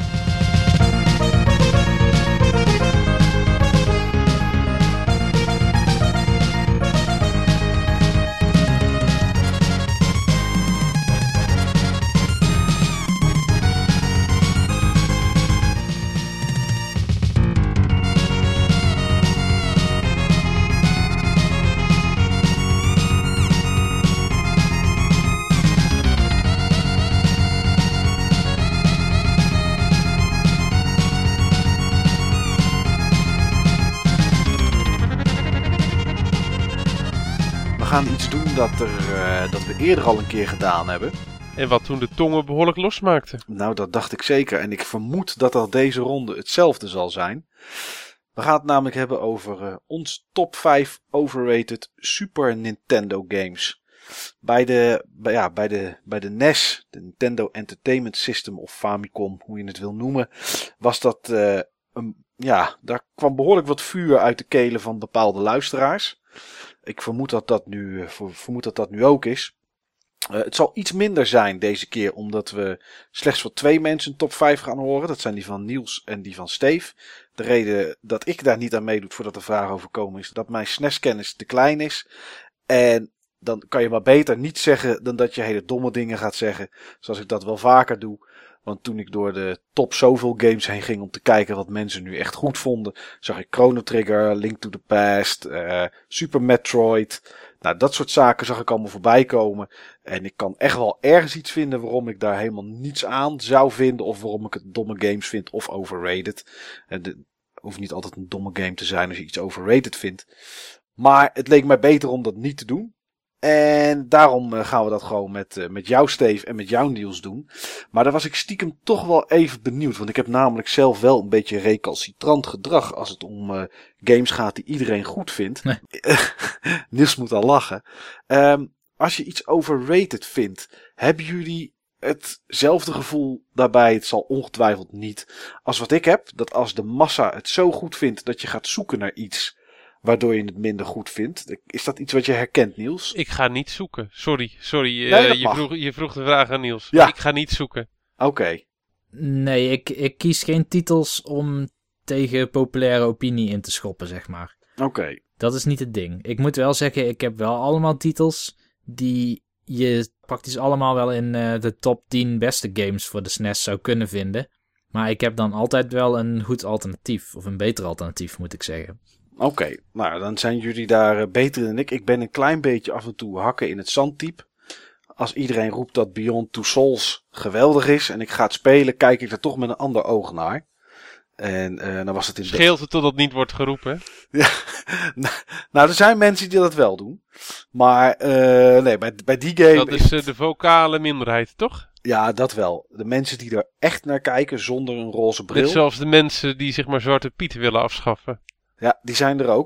We gaan iets doen dat we eerder al een keer gedaan hebben. En wat toen de tongen behoorlijk losmaakten. Nou, dat dacht ik zeker. En ik vermoed dat dat deze ronde hetzelfde zal zijn. We gaan het namelijk hebben over ons top 5 overrated Super Nintendo games. Bij de NES, de Nintendo Entertainment System of Famicom, hoe je het wil noemen, was dat daar kwam behoorlijk wat vuur uit de kelen van bepaalde luisteraars. Ik vermoed dat dat nu ook is. Het zal iets minder zijn deze keer, omdat we slechts voor 2 mensen top 5 gaan horen. Dat zijn die van Niels en die van Steve. De reden dat ik daar niet aan meedoe voordat de vraag overkomen is dat mijn SNES-kennis te klein is. En dan kan je maar beter niet zeggen dan dat je hele domme dingen gaat zeggen, zoals ik dat wel vaker doe. Want toen ik door de top zoveel games heen ging om te kijken wat mensen nu echt goed vonden, zag ik Chrono Trigger, Link to the Past, Super Metroid. Nou, dat soort zaken zag ik allemaal voorbij komen. En ik kan echt wel ergens iets vinden waarom ik daar helemaal niets aan zou vinden. Of waarom ik het domme games vind of overrated. Het hoeft niet altijd een domme game te zijn als je iets overrated vindt. Maar het leek mij beter om dat niet te doen. En daarom gaan we dat gewoon met jou, Steve, en met jou, Niels, doen. Maar daar was ik stiekem toch wel even benieuwd. Want ik heb namelijk zelf wel een beetje recalcitrant gedrag als het om games gaat die iedereen goed vindt. Nee. Niels moet al lachen. Als je iets overrated vindt, hebben jullie hetzelfde gevoel daarbij? Het zal ongetwijfeld niet als wat ik heb. Dat als de massa het zo goed vindt dat je gaat zoeken naar iets waardoor je het minder goed vindt. Is dat iets wat je herkent, Niels? Ik ga niet zoeken. Sorry. Nee, je vroeg de vraag aan Niels. Ja. Ik ga niet zoeken. Oké. Nee, ik kies geen titels om tegen populaire opinie in te schoppen, zeg maar. Oké. Dat is niet het ding. Ik moet wel zeggen, ik heb wel allemaal titels die je praktisch allemaal wel in de top 10 beste games voor de SNES zou kunnen vinden. Maar ik heb dan altijd wel een goed alternatief. Of een beter alternatief, moet ik zeggen. Oké, nou dan zijn jullie daar beter dan ik. Ik ben een klein beetje af en toe hakken in het zanddiep. Als iedereen roept dat Beyond Two Souls geweldig is en ik ga het spelen, kijk ik er toch met een ander oog naar. En dan was het in scheelt het totdat het niet wordt geroepen? Ja, nou er zijn mensen die dat wel doen. Maar nee, bij die game... Dat is de vocale minderheid, toch? Ja, dat wel. De mensen die er echt naar kijken zonder een roze bril. Net zoals de mensen die zeg maar Zwarte Piet willen afschaffen. Ja, die zijn er ook.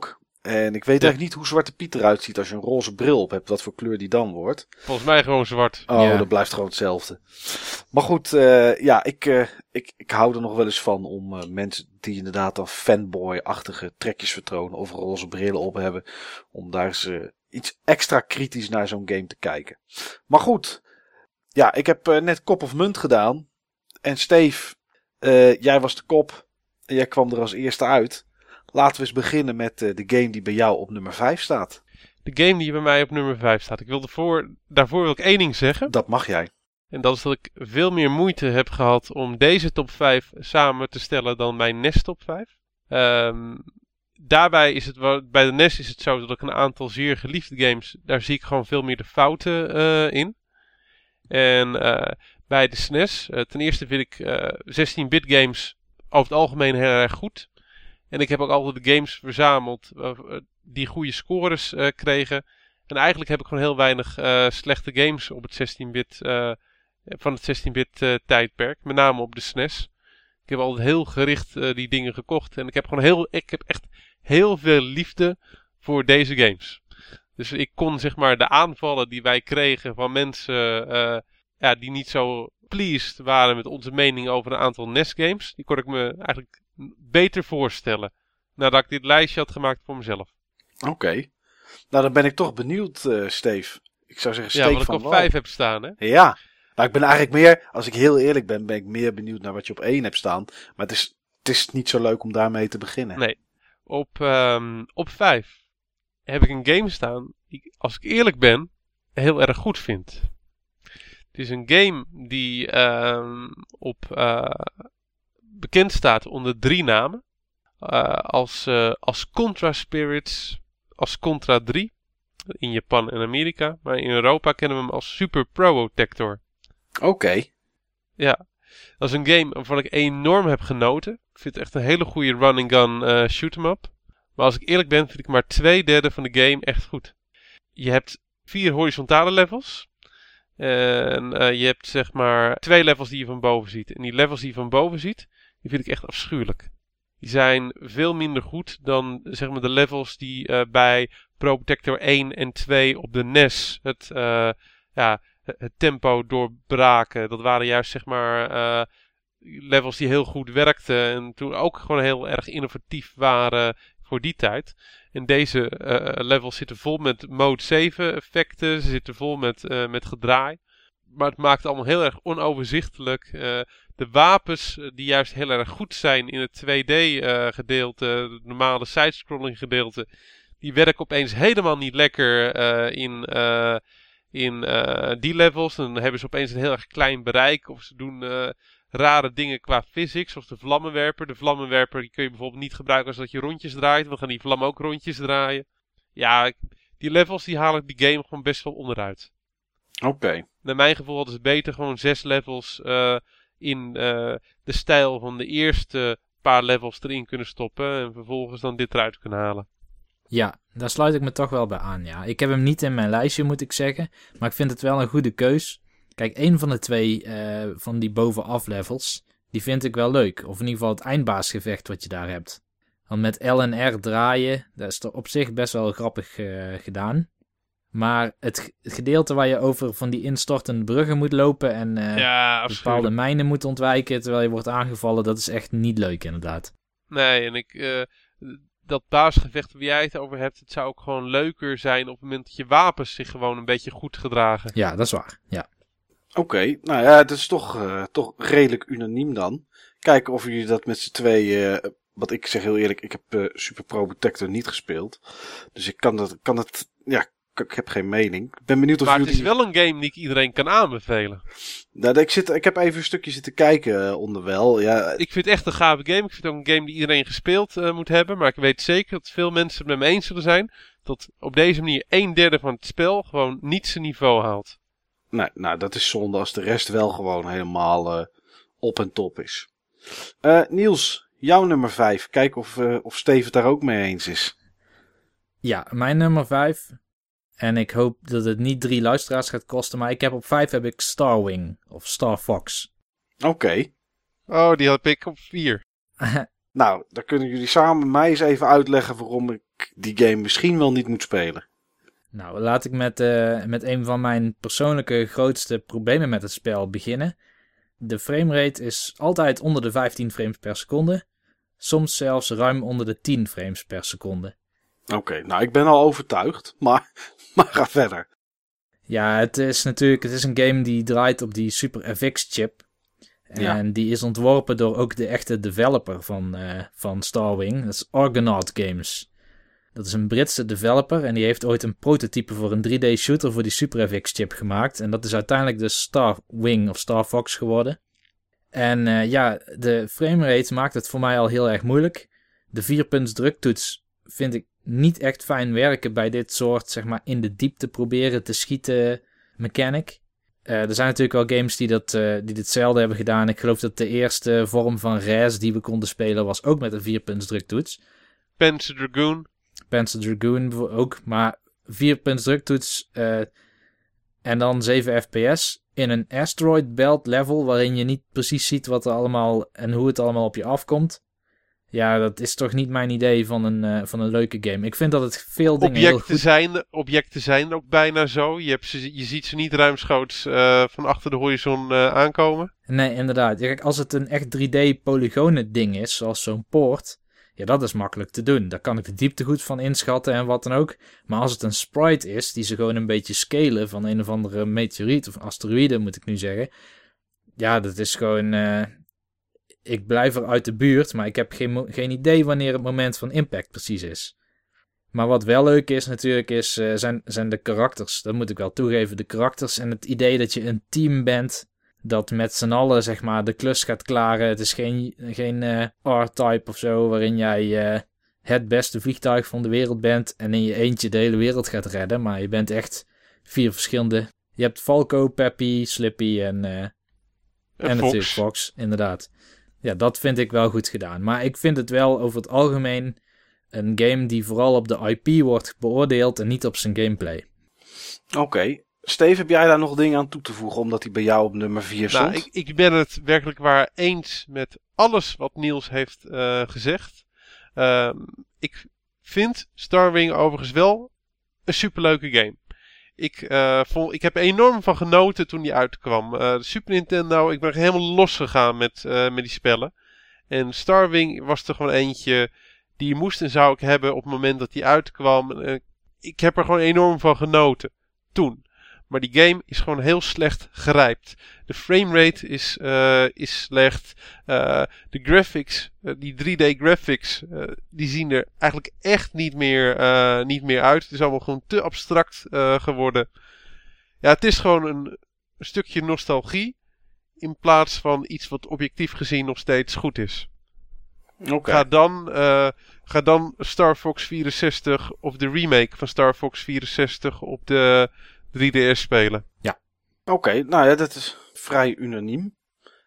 En ik weet eigenlijk niet hoe Zwarte Piet eruit ziet als je een roze bril op hebt. Wat voor kleur die dan wordt. Volgens mij gewoon zwart. Oh, dat blijft gewoon hetzelfde. Maar goed, ik hou er nog wel eens van om mensen die inderdaad dan fanboy-achtige trekjes vertonen of roze brillen op hebben. Om daar eens iets extra kritisch naar zo'n game te kijken. Maar goed, ja, ik heb net kop of munt gedaan. En Steve, jij was de kop en jij kwam er als eerste uit. Laten we eens beginnen met de game die bij jou op nummer 5 staat. De game die bij mij op nummer 5 staat. Daarvoor wil ik één ding zeggen. Dat mag jij. En dat is dat ik veel meer moeite heb gehad om deze top 5 samen te stellen dan mijn NES top 5. Daarbij is het, bij de NES is het zo dat ik een aantal zeer geliefde games, daar zie ik gewoon veel meer de fouten in. En bij de SNES, ten eerste vind ik 16-bit games over het algemeen heel erg goed. En ik heb ook altijd de games verzameld die goede scores kregen. En eigenlijk heb ik gewoon heel weinig slechte games op het 16-bit, van het 16-bit tijdperk. Met name op de SNES. Ik heb altijd heel gericht die dingen gekocht. En ik heb echt heel veel liefde voor deze games. Dus ik kon zeg maar de aanvallen die wij kregen van mensen die niet zo pleased waren met onze mening over een aantal NES-games. Die kon ik me eigenlijk beter voorstellen. Nadat ik dit lijstje had gemaakt voor mezelf. Oké. Nou, dan ben ik toch benieuwd, Steve. Ik zou zeggen, steek van wal. Ja, wat ik op 5 heb staan, hè? Ja. Nou, ik ben eigenlijk meer, als ik heel eerlijk ben ik meer benieuwd naar wat je op 1 hebt staan. Maar het is niet zo leuk om daarmee te beginnen. Nee. Op 5 heb ik een game staan die, als ik eerlijk ben, heel erg goed vind. Het is een game die bekend staat onder 3 namen. Als Contra Spirits, als Contra 3 in Japan en Amerika. Maar in Europa kennen we hem als Super Protector. Oké. Ja, dat is een game waarvan ik enorm heb genoten. Ik vind het echt een hele goede run-and-gun shoot-em-up. Maar als ik eerlijk ben, vind ik maar 2/3 van de game echt goed. Je hebt 4 horizontale levels. En je hebt zeg maar 2 levels die je van boven ziet. En die levels die je van boven ziet, die vind ik echt afschuwelijk. Die zijn veel minder goed dan zeg maar de levels die bij Pro Protector 1 en 2 op de NES het tempo doorbraken. Dat waren juist zeg maar levels die heel goed werkten. En toen ook gewoon heel erg innovatief waren voor die tijd. En deze levels zitten vol met Mode 7 effecten. Ze zitten vol met gedraai. Maar het maakt het allemaal heel erg onoverzichtelijk. De wapens die juist heel erg goed zijn in het 2D gedeelte. Het normale sidescrolling gedeelte. Die werken opeens helemaal niet lekker in die levels. Dan hebben ze opeens een heel erg klein bereik. Of ze doen rare dingen qua physics. Zoals de vlammenwerper. De vlammenwerper die kun je bijvoorbeeld niet gebruiken als dat je rondjes draait. We gaan die vlam ook rondjes draaien. Ja, die levels die halen die game gewoon best wel onderuit. Oké. Naar mijn gevoel hadden ze beter gewoon 6 levels in de stijl van de eerste paar levels erin kunnen stoppen. En vervolgens dan dit eruit kunnen halen. Ja, daar sluit ik me toch wel bij aan, ja. Ik heb hem niet in mijn lijstje, moet ik zeggen. Maar ik vind het wel een goede keus. Kijk, 1 van de 2 van die bovenaf levels, die vind ik wel leuk. Of in ieder geval het eindbaasgevecht wat je daar hebt. Want met L en R draaien, dat is er op zich best wel grappig gedaan. Maar het gedeelte waar je over van die instortende bruggen moet lopen en bepaalde mijnen moet ontwijken terwijl je wordt aangevallen, dat is echt niet leuk inderdaad. Nee, en dat baasgevecht waar jij het over hebt, het zou ook gewoon leuker zijn op het moment dat je wapens zich gewoon een beetje goed gedragen. Ja, dat is waar, ja. Oké, nou ja, het is toch redelijk unaniem dan. Kijken of jullie dat met z'n tweeën... Want ik zeg heel eerlijk, ik heb Super Pro Protector niet gespeeld. Dus ik ik heb geen mening. Ik ben benieuwd of maar jullie... het is wel een game die ik iedereen kan aanbevelen. Nou, ik heb even een stukje zitten kijken onderwel. Ja. Ik vind het echt een gave game. Ik vind het ook een game die iedereen gespeeld moet hebben. Maar ik weet zeker dat veel mensen het met me eens zullen zijn. Dat op deze manier 1/3 van het spel gewoon niet zijn niveau haalt. Nee, nou, dat is zonde als de rest wel gewoon helemaal op en top is. Niels, jouw nummer 5. Kijk of Steve het daar ook mee eens is. Ja, mijn nummer 5. En ik hoop dat het niet 3 luisteraars gaat kosten. Maar op 5 heb ik Starwing of Star Fox. Oké. Oh, die had ik op 4. Nou, dan kunnen jullie samen mij eens even uitleggen waarom ik die game misschien wel niet moet spelen. Nou, laat ik met een van mijn persoonlijke grootste problemen met het spel beginnen. De framerate is altijd onder de 15 frames per seconde. Soms zelfs ruim onder de 10 frames per seconde. Oké, nou ik ben al overtuigd, maar ga verder. Ja, het is een game die draait op die Super FX chip. En die is ontworpen door ook de echte developer van Starwing. Dat is Argonaut Games. Dat is een Britse developer en die heeft ooit een prototype voor een 3D shooter voor die Super FX chip gemaakt. En dat is uiteindelijk de Starwing of Star Fox geworden. En de framerate maakt het voor mij al heel erg moeilijk. De 4-punts druktoets vind ik niet echt fijn werken bij dit soort, zeg maar, in de diepte proberen te schieten mechanic. Er zijn natuurlijk wel games die ditzelfde hebben gedaan. Ik geloof dat de eerste vorm van Res die we konden spelen was ook met een 4-punts druktoets. Panzer Dragoon ook, maar 4-punts druktoets en dan 7 fps in een asteroid belt level waarin je niet precies ziet wat er allemaal en hoe het allemaal op je afkomt. Ja, dat is toch niet mijn idee van een leuke game. Ik vind dat het veel dingen heel goed... Objecten zijn ook bijna zo. Je ziet ze niet ruimschoots van achter de horizon aankomen. Nee, inderdaad. Ja, kijk, als het een echt 3D polygonen ding is, zoals zo'n poort... Ja, dat is makkelijk te doen. Daar kan ik de diepte goed van inschatten en wat dan ook. Maar als het een sprite is, die ze gewoon een beetje scalen van een of andere meteoriet of asteroïde, moet ik nu zeggen. Ja, dat is gewoon... Ik blijf er uit de buurt, maar ik heb geen idee wanneer het moment van impact precies is. Maar wat wel leuk is natuurlijk, zijn de karakters. Dat moet ik wel toegeven. De karakters en het idee dat je een team bent dat met z'n allen, zeg maar, de klus gaat klaren. Het is geen R-type of zo, waarin jij het beste vliegtuig van de wereld bent en in je eentje de hele wereld gaat redden. Maar je bent echt 4 verschillende... Je hebt Falco, Peppy, Slippy en natuurlijk Fox, inderdaad. Ja, dat vind ik wel goed gedaan. Maar ik vind het wel over het algemeen een game die vooral op de IP wordt beoordeeld en niet op zijn gameplay. Oké. Steve, heb jij daar nog dingen aan toe te voegen omdat hij bij jou op nummer 4 stond? Nou, ik ben het werkelijk waar eens met alles wat Niels heeft gezegd. Ik vind Starwing overigens wel een superleuke game. Ik heb er enorm van genoten toen die uitkwam. De Super Nintendo, ik ben helemaal losgegaan met die spellen. En Starwing was er gewoon eentje die je moest en zou ik hebben op het moment dat die uitkwam. Ik heb er gewoon enorm van genoten. Toen. Maar die game is gewoon heel slecht gerijpt. De framerate is slecht. De graphics, die 3D graphics, die zien er eigenlijk echt niet meer uit. Het is allemaal gewoon te abstract geworden. Ja, het is gewoon een stukje nostalgie. In plaats van iets wat objectief gezien nog steeds goed is. Okay. Ga dan Star Fox 64 of de remake van Star Fox 64 op de 3DS spelen. Ja. Oké, nou ja, dat is vrij unaniem.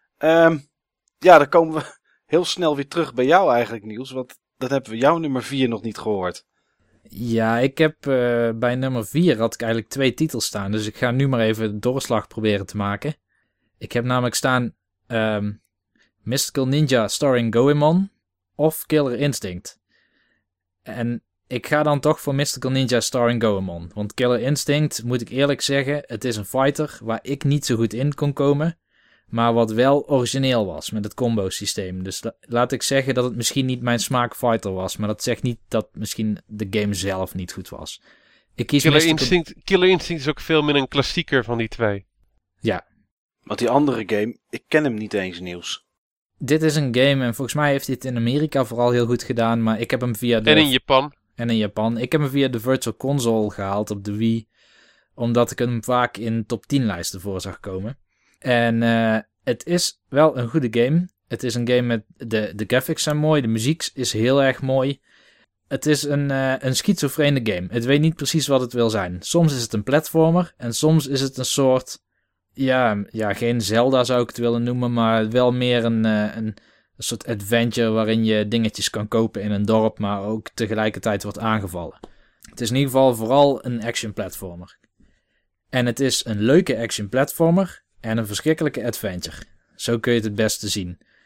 Ja, dan komen we heel snel weer terug bij jou eigenlijk, Niels. Want dat hebben we jouw nummer 4 nog niet gehoord. Ja, ik heb bij nummer 4 had ik eigenlijk 2 titels staan. Dus ik ga nu maar even de doorslag proberen te maken. Ik heb namelijk staan Mystical Ninja starring Goemon of Killer Instinct. En ik ga dan toch voor Mystical Ninja starring Goemon. Want Killer Instinct, moet ik eerlijk zeggen, het is een fighter waar ik niet zo goed in kon komen. Maar wat wel origineel was met het combo systeem. Dus laat ik zeggen dat het misschien niet mijn smaak fighter was. Maar dat zegt niet dat misschien de game zelf niet goed was. Killer Instinct is ook veel meer een klassieker van die twee. Ja. Want die andere game, ik ken hem niet eens, Niels. Dit is een game en volgens mij heeft hij het in Amerika vooral heel goed gedaan. Maar ik heb hem via En in Japan. En in Japan. Ik heb hem via de Virtual Console gehaald op de Wii. Omdat ik hem vaak in top 10 lijsten voor zag komen. En het is wel een goede game. Het is een game met... De graphics zijn mooi. De muziek is heel erg mooi. Het is een schizofrene game. Het weet niet precies wat het wil zijn. Soms is het een platformer. En soms is het een soort... Ja, geen Zelda zou ik het willen noemen. Maar wel meer een soort adventure waarin je dingetjes kan kopen in een dorp. Maar ook tegelijkertijd wordt aangevallen. Het is in ieder geval vooral een action platformer. En het is een leuke action platformer. En een verschrikkelijke adventure. Zo kun je het beste zien.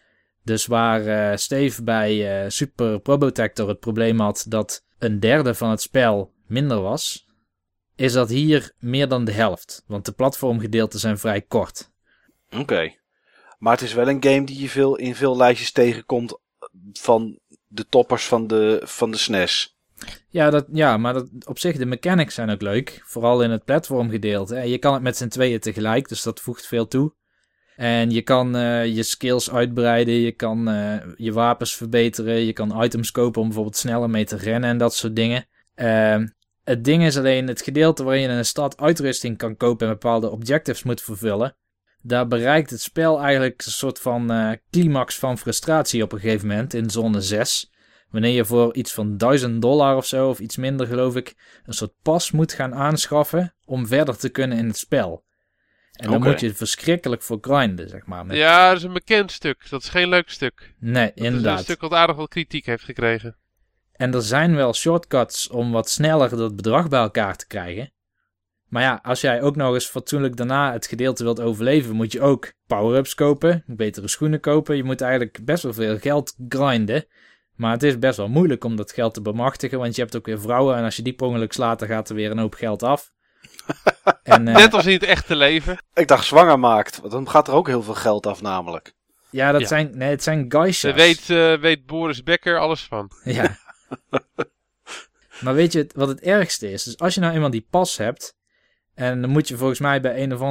Dus waar Steve bij Super Probotector het probleem had dat 1/3 van het spel minder was, is dat hier meer dan de helft. Want de platformgedeelten zijn vrij kort. Oké. Maar het is wel een game die je in veel lijstjes tegenkomt van de toppers van de SNES. Ja, maar op zich, de mechanics zijn ook leuk. Vooral in het platformgedeelte. Je kan het met z'n tweeën tegelijk, dus dat voegt veel toe. En je kan je skills uitbreiden, je kan je wapens verbeteren, je kan items kopen om bijvoorbeeld sneller mee te rennen en dat soort dingen. Het ding is alleen het gedeelte waarin je in een stad uitrusting kan kopen en bepaalde objectives moet vervullen. Daar bereikt het spel eigenlijk een soort van climax van frustratie op een gegeven moment in zone 6. Wanneer je voor iets van $1000 of zo, of iets minder geloof ik, een soort pas moet gaan aanschaffen om verder te kunnen in het spel. En dan moet je verschrikkelijk voor grinden, zeg maar. Ja, dat is een bekend stuk. Dat is geen leuk stuk. Nee, inderdaad. Dat is een stuk wat aardig wat kritiek heeft gekregen. En er zijn wel shortcuts om wat sneller dat bedrag bij elkaar te krijgen. Maar ja, als jij ook nog eens fatsoenlijk daarna het gedeelte wilt overleven, moet je ook power-ups kopen, betere schoenen kopen. Je moet eigenlijk best wel veel geld grinden. Maar het is best wel moeilijk om dat geld te bemachtigen, want je hebt ook weer vrouwen en als je die per ongeluk slaat, dan gaat er weer een hoop geld af. En, net als in het echte leven. Ik dacht zwanger maakt, want dan gaat er ook heel veel geld af namelijk. Ja, het zijn geishas. Daar weet Boris Becker alles van. Ja. Maar weet je wat het ergste is? Dus als je nou eenmaal die pas hebt, en dan moet je volgens mij bij een of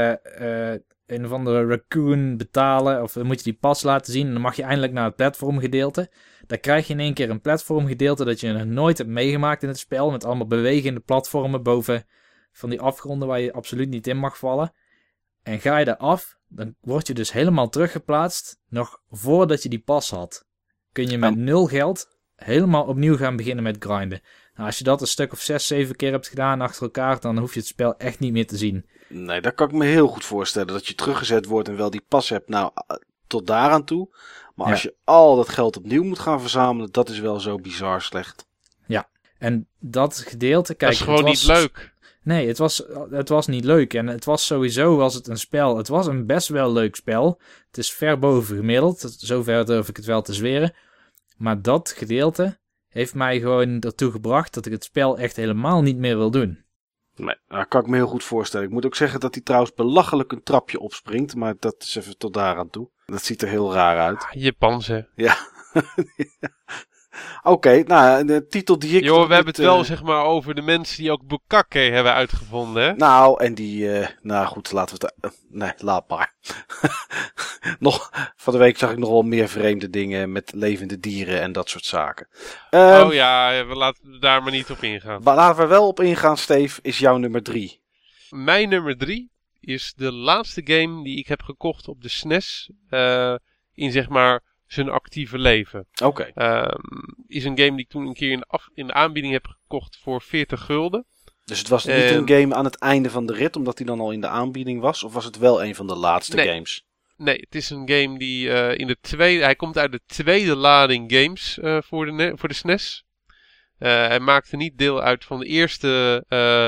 andere raccoon betalen, of dan moet je die pas laten zien en dan mag je eindelijk naar het platformgedeelte. Dan krijg je in één keer een platformgedeelte dat je nog nooit hebt meegemaakt in het spel, met allemaal bewegende platformen boven van die afgronden waar je absoluut niet in mag vallen. En ga je daar af, dan word je dus helemaal teruggeplaatst, nog voordat je die pas had. Kun je met 0 geld helemaal opnieuw gaan beginnen met grinden. Nou, als je dat een stuk of 6, 7 keer hebt gedaan achter elkaar, dan hoef je het spel echt niet meer te zien. Nee, dat kan ik me heel goed voorstellen. Dat je teruggezet wordt en wel die pas hebt, nou, tot daaraan toe. Maar als je al dat geld opnieuw moet gaan verzamelen, dat is wel zo bizar slecht. Ja. En dat gedeelte, kijk, dat is gewoon niet leuk. Nee, het was niet leuk. En het was sowieso, was het een spel. Het was een best wel leuk spel. Het is ver boven gemiddeld. Zover durf ik het wel te zweren. Maar dat gedeelte heeft mij gewoon ertoe gebracht dat ik het spel echt helemaal niet meer wil doen. Nee, dat kan ik me heel goed voorstellen. Ik moet ook zeggen dat hij trouwens belachelijk een trapje opspringt. Maar dat is even tot daaraan toe. Dat ziet er heel raar uit. Japanse. Ja. Oké, nou, de titel die ik... Joh, we hebben het wel zeg maar over de mensen die ook Bukake hebben uitgevonden, hè? Nou, en die... nou goed, laten we het... nee, laat maar. Nog, van de week zag ik nog wel meer vreemde dingen met levende dieren en dat soort zaken. Oh ja, we laten daar maar niet op ingaan. Maar laten we wel op ingaan, Steve, is jouw nummer 3. Mijn nummer 3 is de laatste game die ik heb gekocht op de SNES. In zeg maar zijn actieve leven. Oké. Is een game die ik toen een keer in de aanbieding heb gekocht voor 40 gulden. Dus het was niet een game aan het einde van de rit, omdat hij dan al in de aanbieding was? Of was het wel een van de laatste games? Nee, het is een game die hij komt uit de tweede lading games voor de SNES. Hij maakte niet deel uit van de eerste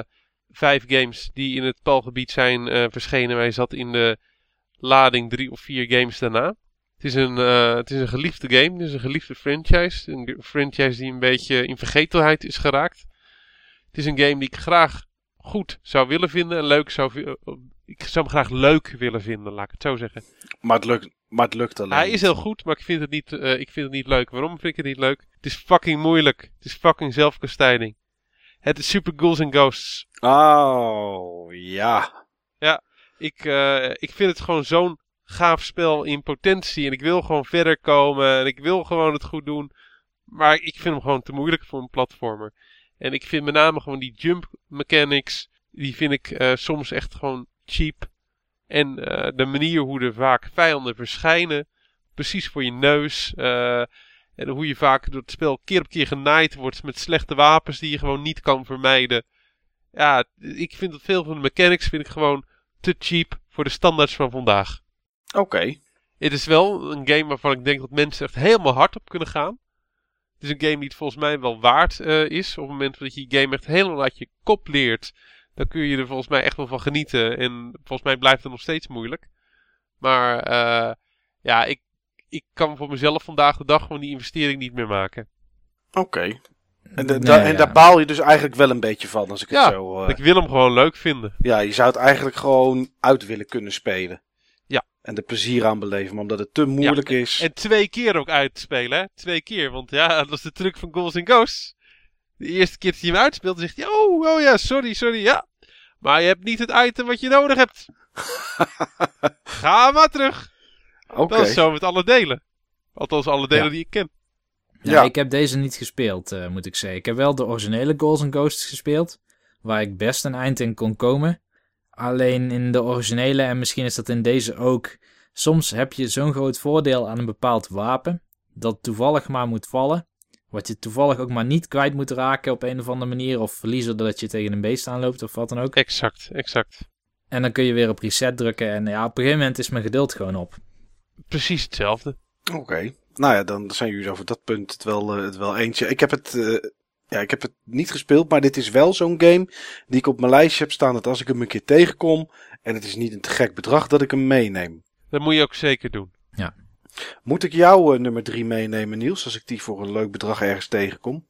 5 games die in het PAL-gebied zijn verschenen. Maar hij zat in de lading 3 of 4 games daarna. Het is een geliefde game, het is een geliefde franchise. Een franchise die een beetje in vergetelheid is geraakt. Het is een game die ik graag goed zou willen vinden en ik zou hem graag leuk willen vinden, laat ik het zo zeggen. Maar het lukt alleen. Hij is heel goed, maar ik vind het niet leuk. Waarom vind ik het niet leuk? Het is fucking moeilijk. Het is fucking zelfkastijding. Het is Super Ghouls and Ghosts. Oh, ja. Ja, ik vind het gewoon zo'n gaaf spel in potentie. En ik wil gewoon verder komen. En ik wil gewoon het goed doen. Maar ik vind hem gewoon te moeilijk voor een platformer. En ik vind met name gewoon die jump mechanics. Die vind ik soms echt gewoon cheap. En de manier hoe er vaak vijanden verschijnen. Precies voor je neus. En hoe je vaak door het spel keer op keer genaaid wordt. Met slechte wapens die je gewoon niet kan vermijden. Ja, ik vind dat veel van de mechanics vind ik gewoon te cheap voor de standaards van vandaag. Oké. Het is wel een game waarvan ik denk dat mensen echt helemaal hard op kunnen gaan. Het is een game die het volgens mij wel waard is. Op het moment dat je die game echt helemaal uit je kop leert, dan kun je er volgens mij echt wel van genieten. En volgens mij blijft het nog steeds moeilijk. Maar ja, ik kan voor mezelf vandaag de dag gewoon die investering niet meer maken. Oké. En daar baal je dus eigenlijk wel een beetje van, als ik het zo... Ik wil hem gewoon leuk vinden. Ja, je zou het eigenlijk gewoon uit willen kunnen spelen. Ja. En er plezier aan beleven, maar omdat het te moeilijk is. En 2 keer ook uitspelen, hè. 2 keer, want dat is de truc van Ghouls & Ghosts. De eerste keer dat je hem uitspeelt, dan zegt hij, oh ja, sorry, ja. Maar je hebt niet het item wat je nodig hebt. Ga maar terug. Oké. Dat is zo met alle delen. Althans, alle delen die ik ken. Ja, ik heb deze niet gespeeld, moet ik zeggen. Ik heb wel de originele Ghouls & Ghosts gespeeld, waar ik best een eind in kon komen. Alleen in de originele, en misschien is dat in deze ook, soms heb je zo'n groot voordeel aan een bepaald wapen, dat toevallig maar moet vallen, wat je toevallig ook maar niet kwijt moet raken op een of andere manier, of verliezen doordat je tegen een beest aanloopt, of wat dan ook. Exact. En dan kun je weer op reset drukken, en ja, op een gegeven moment is mijn geduld gewoon op. Precies hetzelfde. Oké. Nou ja, dan zijn jullie over dat punt het wel eentje. Ik heb het niet gespeeld, maar dit is wel zo'n game die ik op mijn lijstje heb staan, dat als ik hem een keer tegenkom en het is niet een te gek bedrag, dat ik hem meeneem. Dat moet je ook zeker doen. Ja. Moet ik jouw nummer 3 meenemen, Niels, als ik die voor een leuk bedrag ergens tegenkom?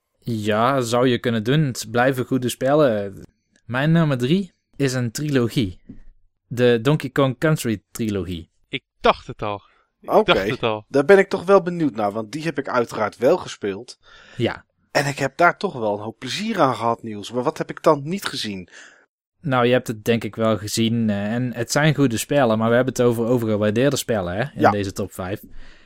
Ja, zou je kunnen doen. Het blijven goede spellen. Mijn nummer 3 is een trilogie. De Donkey Kong Country trilogie. Ik dacht het al. Oké, daar ben ik toch wel benieuwd naar, want die heb ik uiteraard wel gespeeld. Ja. En ik heb daar toch wel een hoop plezier aan gehad, Niels. Maar wat heb ik dan niet gezien? Nou, je hebt het denk ik wel gezien. En het zijn goede spellen, maar we hebben het over overgewaardeerde spellen hè, in deze top 5.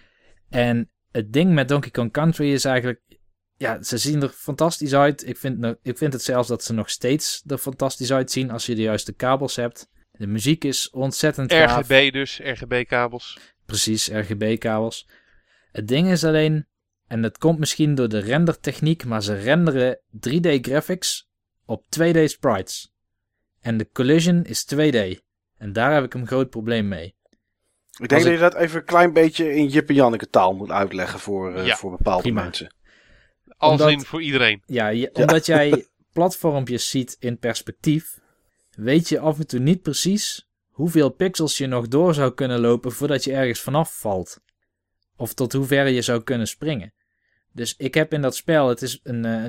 En het ding met Donkey Kong Country is eigenlijk... Ja, ze zien er fantastisch uit. Ik vind het zelfs dat ze nog steeds er fantastisch uitzien als je de juiste kabels hebt. De muziek is ontzettend gaaf. RGB dus, RGB-kabels. Precies, RGB-kabels. Het ding is alleen, en dat komt misschien door de rendertechniek, maar ze renderen 3D-graphics op 2D-sprites. En de collision is 2D. En daar heb ik een groot probleem mee. Ik denk dat je dat even een klein beetje in Jip en Janneke taal moet uitleggen voor bepaalde mensen. Alzin voor iedereen. Ja, omdat jij platformpjes ziet in perspectief, weet je af en toe niet precies hoeveel pixels je nog door zou kunnen lopen voordat je ergens vanaf valt. Of tot hoe ver je zou kunnen springen. Dus ik heb in dat spel, het is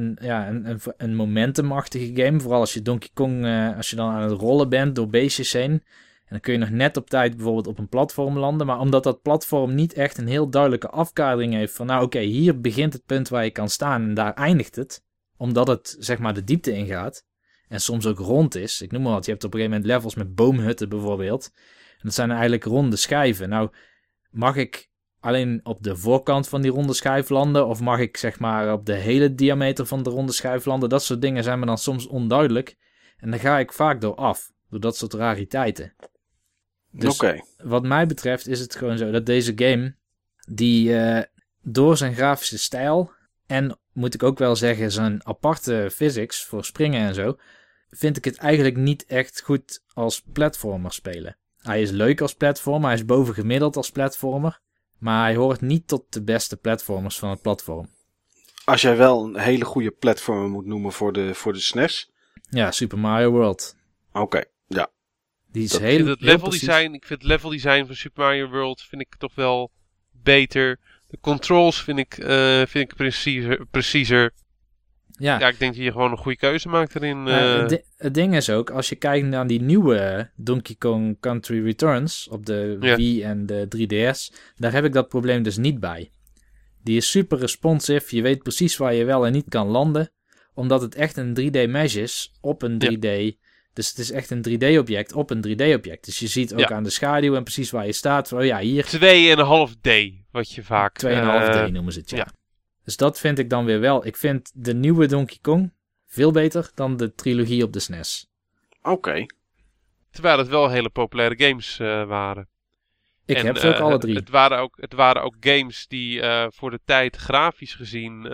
een momentumachtige game. Vooral als je Donkey Kong, als je dan aan het rollen bent door beestjes heen. En dan kun je nog net op tijd bijvoorbeeld op een platform landen. Maar omdat dat platform niet echt een heel duidelijke afkadering heeft van... Nou oké, hier begint het punt waar je kan staan en daar eindigt het. Omdat het zeg maar de diepte ingaat. En soms ook rond is. Ik noem maar wat, je hebt op een gegeven moment levels met boomhutten bijvoorbeeld. En dat zijn eigenlijk ronde schijven. Nou, mag ik alleen op de voorkant van die ronde schijf landen? Of mag ik zeg maar op de hele diameter van de ronde schijf landen? Dat soort dingen zijn me dan soms onduidelijk. En daar ga ik vaak door af. Door dat soort rariteiten. Dus wat mij betreft is het gewoon zo dat deze game, die door zijn grafische stijl en moet ik ook wel zeggen zijn aparte physics voor springen en zo, vind ik het eigenlijk niet echt goed als platformer spelen. Hij is leuk als platformer, hij is bovengemiddeld als platformer, maar hij hoort niet tot de beste platformers van het platform. Als jij wel een hele goede platformer moet noemen voor de SNES? Ja, Super Mario World. Oké, ja. Die is ik vind het level design van Super Mario World vind ik toch wel beter. De controls vind ik preciezer. Ja, ik denk dat je gewoon een goede keuze maakt erin. Het ding is ook, als je kijkt naar die nieuwe Donkey Kong Country Returns op de Wii en de 3DS, daar heb ik dat probleem dus niet bij. Die is super responsive, je weet precies waar je wel en niet kan landen, omdat het echt een 3D mesh is op een 3D. Dus het is echt een 3D-object op een 3D-object. Dus je ziet ook aan de schaduw en precies waar je staat. Oh ja, hier 2,5D, wat je vaak... 2,5D noemen ze het, ja. Dus dat vind ik dan weer wel. Ik vind de nieuwe Donkey Kong veel beter dan de trilogie op de SNES. Oké. Terwijl het wel hele populaire games waren. Ik heb ze ook alle drie. Het waren ook games die voor de tijd grafisch gezien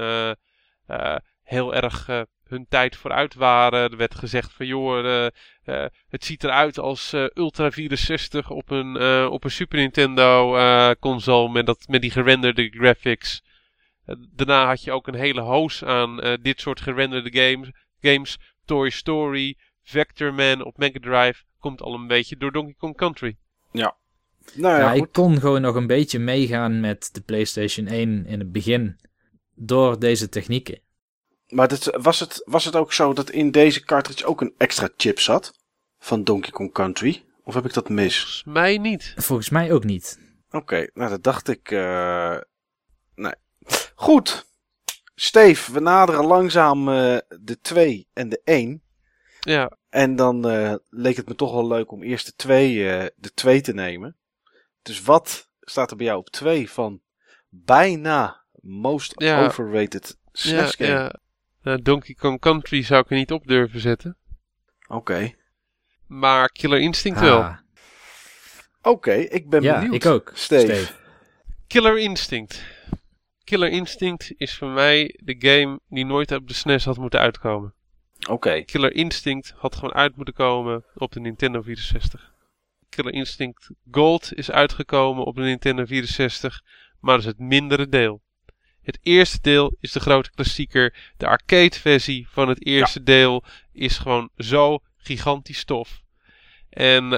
heel erg hun tijd vooruit waren. Er werd gezegd van joh, het ziet eruit als Ultra 64 op een Super Nintendo console met die gerenderde graphics. Daarna had je ook een hele hoos aan dit soort gerenderde games. Toy Story, Vector Man op Mega Drive. Komt al een beetje door Donkey Kong Country. Ja. Nou ja, ik kon gewoon nog een beetje meegaan met de PlayStation 1 in het begin. Door deze technieken. Maar was het ook zo dat in deze cartridge ook een extra chip zat? Van Donkey Kong Country? Of heb ik dat mis? Volgens mij niet. Volgens mij ook niet. Oké, nou dat dacht ik. Nee. Goed. Steve, we naderen langzaam de 2 en de 1. Ja. En dan leek het me toch wel leuk om eerst de 2 te nemen. Dus wat staat er bij jou op 2 van bijna most overrated SNES game? Ja. Donkey Kong Country zou ik er niet op durven zetten. Oké. Maar Killer Instinct wel. Oké, ik ben benieuwd. Ja, ik ook. Steve. Killer Instinct. Killer Instinct is voor mij de game die nooit op de SNES had moeten uitkomen. Oké. Killer Instinct had gewoon uit moeten komen op de Nintendo 64. Killer Instinct Gold is uitgekomen op de Nintendo 64, maar dat is het mindere deel. Het eerste deel is de grote klassieker. De arcade versie van het eerste deel is gewoon zo gigantisch tof. En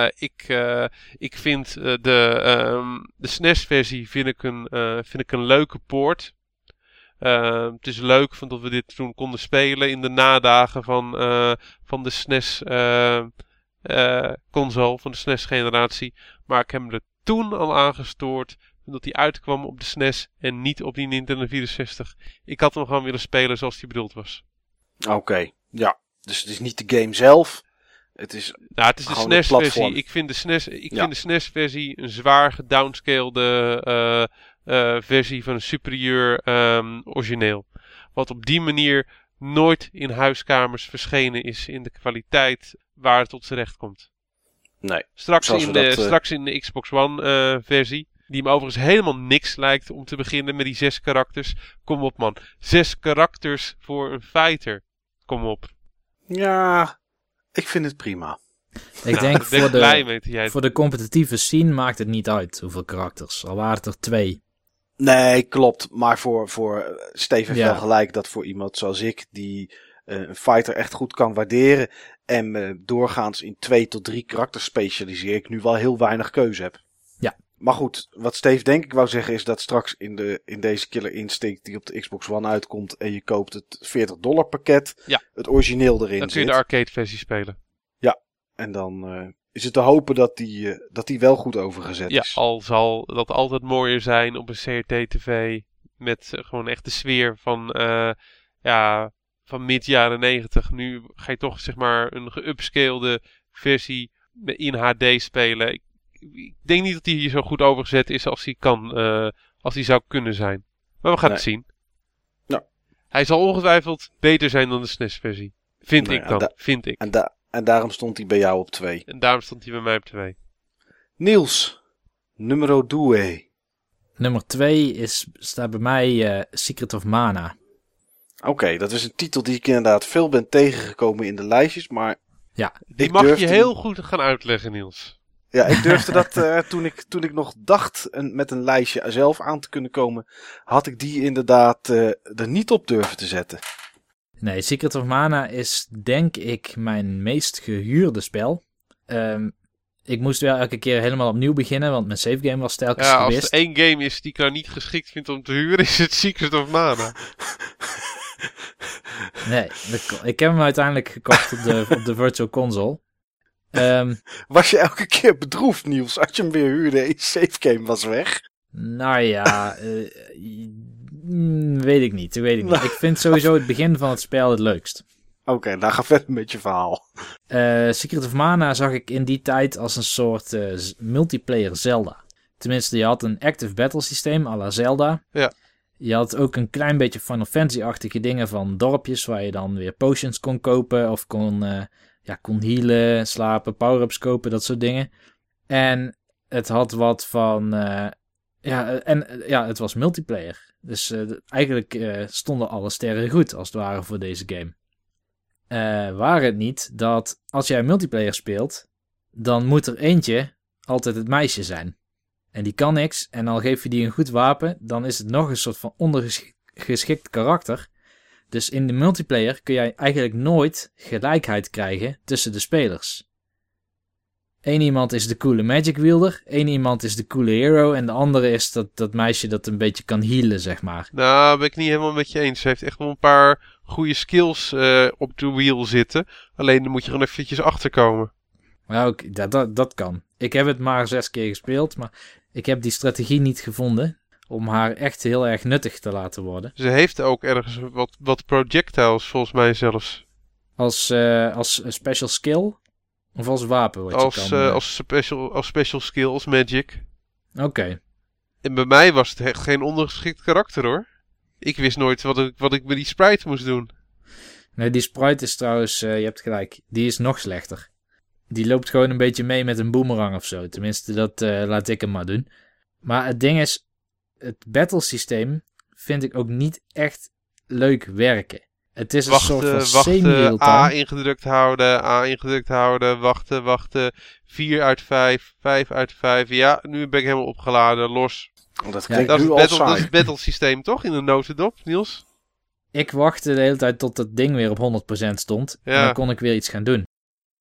ik vind de SNES versie vind ik een leuke poort. Het is leuk dat we dit toen konden spelen in de nadagen van de SNES console, van de SNES generatie. Maar ik heb me er toen al aangestoord dat hij uitkwam op de SNES en niet op die Nintendo 64. Ik had hem gewoon willen spelen zoals hij bedoeld was. Oké, ja. Dus het is niet de game zelf. Het is de SNES-versie. Ik vind de SNES-versie een zwaar gedownscalede versie van een superieur origineel. Wat op die manier nooit in huiskamers verschenen is in de kwaliteit waar het tot z'n recht komt. Nee. Straks in de Xbox One versie, die me overigens helemaal niks lijkt om te beginnen met die 6 karakters. Kom op man, 6 karakters voor een fighter. Kom op. Ja, ik vind het prima. Ik denk voor de competitieve scene maakt het niet uit hoeveel karakters. Al waren het er 2. Nee, klopt. Maar voor Steve heeft wel gelijk dat voor iemand zoals ik, die een fighter echt goed kan waarderen en doorgaans in 2 tot 3 karakters specialiseer, ik nu wel heel weinig keuze heb. Ja. Maar goed, wat Steve denk ik wou zeggen is dat straks in deze Killer Instinct die op de Xbox One uitkomt en je koopt het $40 pakket, het origineel erin zit. Dan kun je de arcade versie spelen. Ja, en dan is het te hopen dat die wel goed overgezet is. Ja, al zal dat altijd mooier zijn op een CRT-tv met gewoon echt de sfeer van mid jaren 90. Nu ga je toch zeg maar een geupscalede versie in HD spelen. Ik denk niet dat die hier zo goed overgezet is als die zou kunnen zijn. Maar we gaan het zien. Nou. Hij zal ongetwijfeld beter zijn dan de SNES-versie. Vind ik. En daarom stond hij bij jou op 2. En daarom stond hij bij mij op 2. Niels, numero 2. Nummer 2 staat bij mij Secret of Mana. Oké, dat is een titel die ik inderdaad veel ben tegengekomen in de lijstjes, maar... Ja, die mag je heel goed gaan uitleggen, Niels. Ja, ik durfde dat toen ik nog dacht met een lijstje zelf aan te kunnen komen, had ik die inderdaad er niet op durven te zetten. Nee, Secret of Mana is denk ik mijn meest gehuurde spel. Ik moest wel elke keer helemaal opnieuw beginnen, want mijn savegame was telkens gewist. Als er één game is die ik nou niet geschikt vind om te huren, is het Secret of Mana. Nee, ik heb hem uiteindelijk gekocht op de Virtual Console. Was je elke keer bedroefd, Niels, als je hem weer huurde en je savegame was weg? Nou ja, weet ik niet. Ik vind sowieso het begin van het spel het leukst. Oké, nou ga verder met je verhaal. Secret of Mana zag ik in die tijd als een soort multiplayer Zelda. Tenminste, je had een active battle systeem à la Zelda. Ja. Je had ook een klein beetje Final Fantasy-achtige dingen van dorpjes waar je dan weer potions kon kopen of kon healen, slapen, power-ups kopen, dat soort dingen. En het had wat van... het was multiplayer. Dus eigenlijk stonden alle sterren goed, als het ware, voor deze game. Waar het niet dat als jij multiplayer speelt, dan moet er eentje altijd het meisje zijn. En die kan niks, en al geef je die een goed wapen, dan is het nog een soort van ondergeschikt karakter. Dus in de multiplayer kun jij eigenlijk nooit gelijkheid krijgen tussen de spelers. Eén iemand is de coole magic wielder. Één iemand is de coole hero. En de andere is dat meisje dat een beetje kan healen, zeg maar. Nou, ben ik niet helemaal met je eens. Ze heeft echt wel een paar goede skills op de wheel zitten. Alleen dan moet je gewoon eventjes achterkomen. Nou, dat kan. Ik heb het maar 6 keer gespeeld. Maar ik heb die strategie niet gevonden om haar echt heel erg nuttig te laten worden. Ze heeft ook ergens wat projectiles, volgens mij zelfs. Als special skill? Of als wapen? Als special skill, als magic. Oké. En bij mij was het echt geen ondergeschikt karakter, hoor. Ik wist nooit wat ik met die sprite moest doen. Nee, die sprite is trouwens, je hebt gelijk, die is nog slechter. Die loopt gewoon een beetje mee met een boomerang of zo. Tenminste, dat laat ik hem maar doen. Maar het ding is, het battle systeem vind ik ook niet echt leuk werken. Het is een soort van semi-real-time. A ingedrukt houden, wachten. 4 uit 5, 5 uit 5. Ja, nu ben ik helemaal opgeladen, los. Dat is het battle systeem toch, in de notendop, Niels? Ik wachtte de hele tijd tot dat ding weer op 100% stond. Ja. En dan kon ik weer iets gaan doen.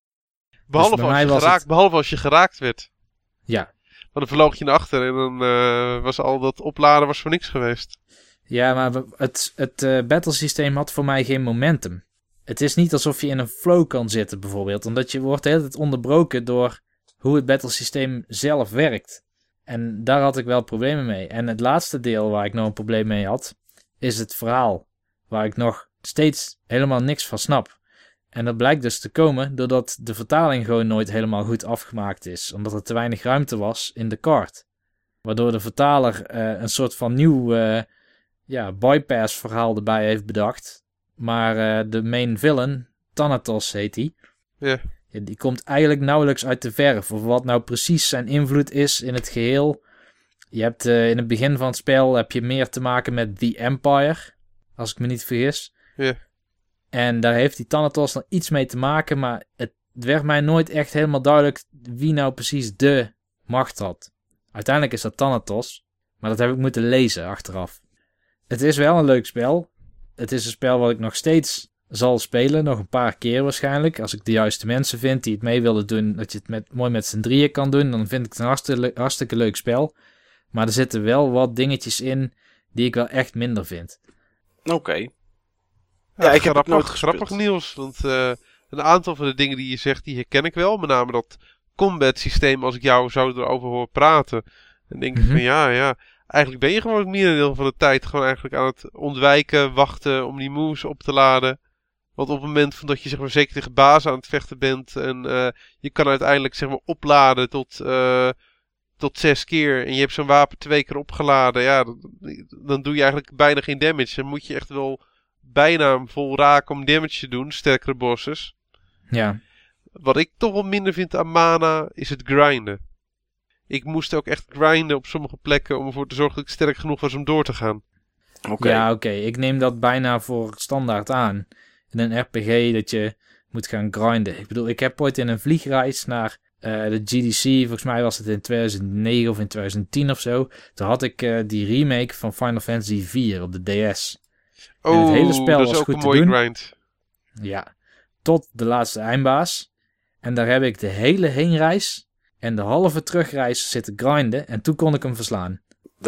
Behalve als je geraakt werd. Ja. Want dan verloog je naar achter en dan was al dat opladen voor niks geweest. Ja, maar het battlesysteem had voor mij geen momentum. Het is niet alsof je in een flow kan zitten bijvoorbeeld. Omdat je wordt de hele tijd onderbroken door hoe het battlesysteem zelf werkt. En daar had ik wel problemen mee. En het laatste deel waar ik nog een probleem mee had, is het verhaal. Waar ik nog steeds helemaal niks van snap. En dat blijkt dus te komen doordat de vertaling gewoon nooit helemaal goed afgemaakt is. Omdat er te weinig ruimte was in de kaart. Waardoor de vertaler een soort van nieuw bypass verhaal erbij heeft bedacht. Maar de main villain, Thanatos heet die. Ja. Die komt eigenlijk nauwelijks uit de verf. Of wat nou precies zijn invloed is in het geheel. Je hebt in het begin van het spel heb je meer te maken met The Empire. Als ik me niet vergis. Ja. En daar heeft die Thanatos nog iets mee te maken. Maar het werd mij nooit echt helemaal duidelijk wie nou precies de macht had. Uiteindelijk is dat Thanatos. Maar dat heb ik moeten lezen achteraf. Het is wel een leuk spel. Het is een spel wat ik nog steeds zal spelen. Nog een paar keer waarschijnlijk. Als ik de juiste mensen vind die het mee willen doen. Dat je het mooi met z'n drieën kan doen. Dan vind ik het een hartstikke leuk spel. Maar er zitten wel wat dingetjes in die ik wel echt minder vind. Oké. Ja, ik heb het nooit grappig nieuws. Want een aantal van de dingen die je zegt, die herken ik wel. Met name dat combat systeem, als ik jou zo erover hoor praten. Dan denk ik van ja. Eigenlijk ben je gewoon het merendeel van de tijd gewoon eigenlijk aan het ontwijken, wachten om die moves op te laden. Want op het moment van dat je zeg maar zeker tegen bazen aan het vechten bent en je kan uiteindelijk zeg maar opladen tot 6 keer en je hebt zo'n wapen 2 keer opgeladen, ja, dan doe je eigenlijk bijna geen damage. Dan moet je echt wel bijna vol raken om damage te doen, sterkere bosses. Ja. Wat ik toch wel minder vind aan mana is het grinden. Ik moest ook echt grinden op sommige plekken om ervoor te zorgen dat ik sterk genoeg was om door te gaan. Oké. Ik neem dat bijna voor standaard aan. In een RPG dat je moet gaan grinden. Ik bedoel, ik heb ooit in een vliegreis naar de GDC, volgens mij was het in 2009 of in 2010 of zo. Toen had ik die remake van Final Fantasy 4 op de DS. En het hele spel dat is was ook goed een te mooie doen. grind. Ja, tot de laatste eindbaas. En daar heb ik de hele heenreis en de halve terugreis zitten grinden. En toen kon ik hem verslaan.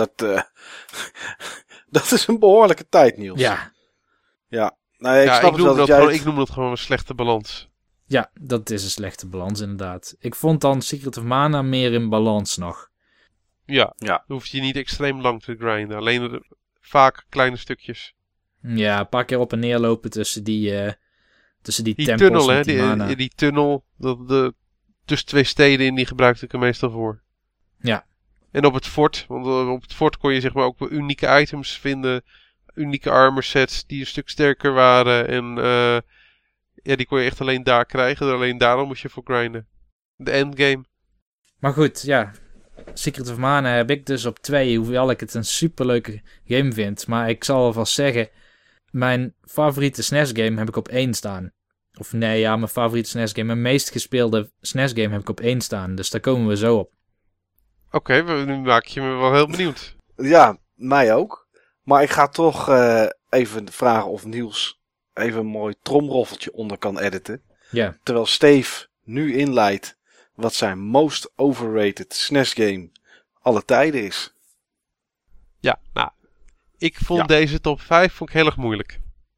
Dat is een behoorlijke tijd, Niels. Ja. Ja. Nou, ik noem dat gewoon een slechte balans. Ja, dat is een slechte balans inderdaad. Ik vond dan Secret of Mana meer in balans nog. Ja. Dan hoef je niet extreem lang te grinden. Alleen vaak kleine stukjes. Ja, een paar keer op en neer lopen tussen die tempels tunnel, met die mana. Die tunnel, tussen 2 steden in, die gebruikte ik er meestal voor. Ja. En op het fort, want op het fort kon je zeg maar ook wel unieke items vinden. Unieke armor sets die een stuk sterker waren. En die kon je echt alleen daar krijgen. Alleen daarom moest je voor grinden. De endgame. Maar goed, ja. Secret of Mana heb ik dus op 2, hoewel ik het een superleuke game vind. Maar ik zal alvast zeggen, mijn favoriete SNES game heb ik op 1 staan. Of nee, ja, mijn favoriete SNES game. Mijn meest gespeelde SNES game heb ik op 1 staan. Dus daar komen we zo op. Oké, nu maak je me wel heel benieuwd. Ja, mij ook. Maar ik ga toch even vragen of Niels even een mooi tromroffeltje onder kan editen. Ja. Terwijl Steve nu inleidt wat zijn most overrated SNES game alle tijden is. Ja, nou, ik vond deze top 5 heel erg moeilijk.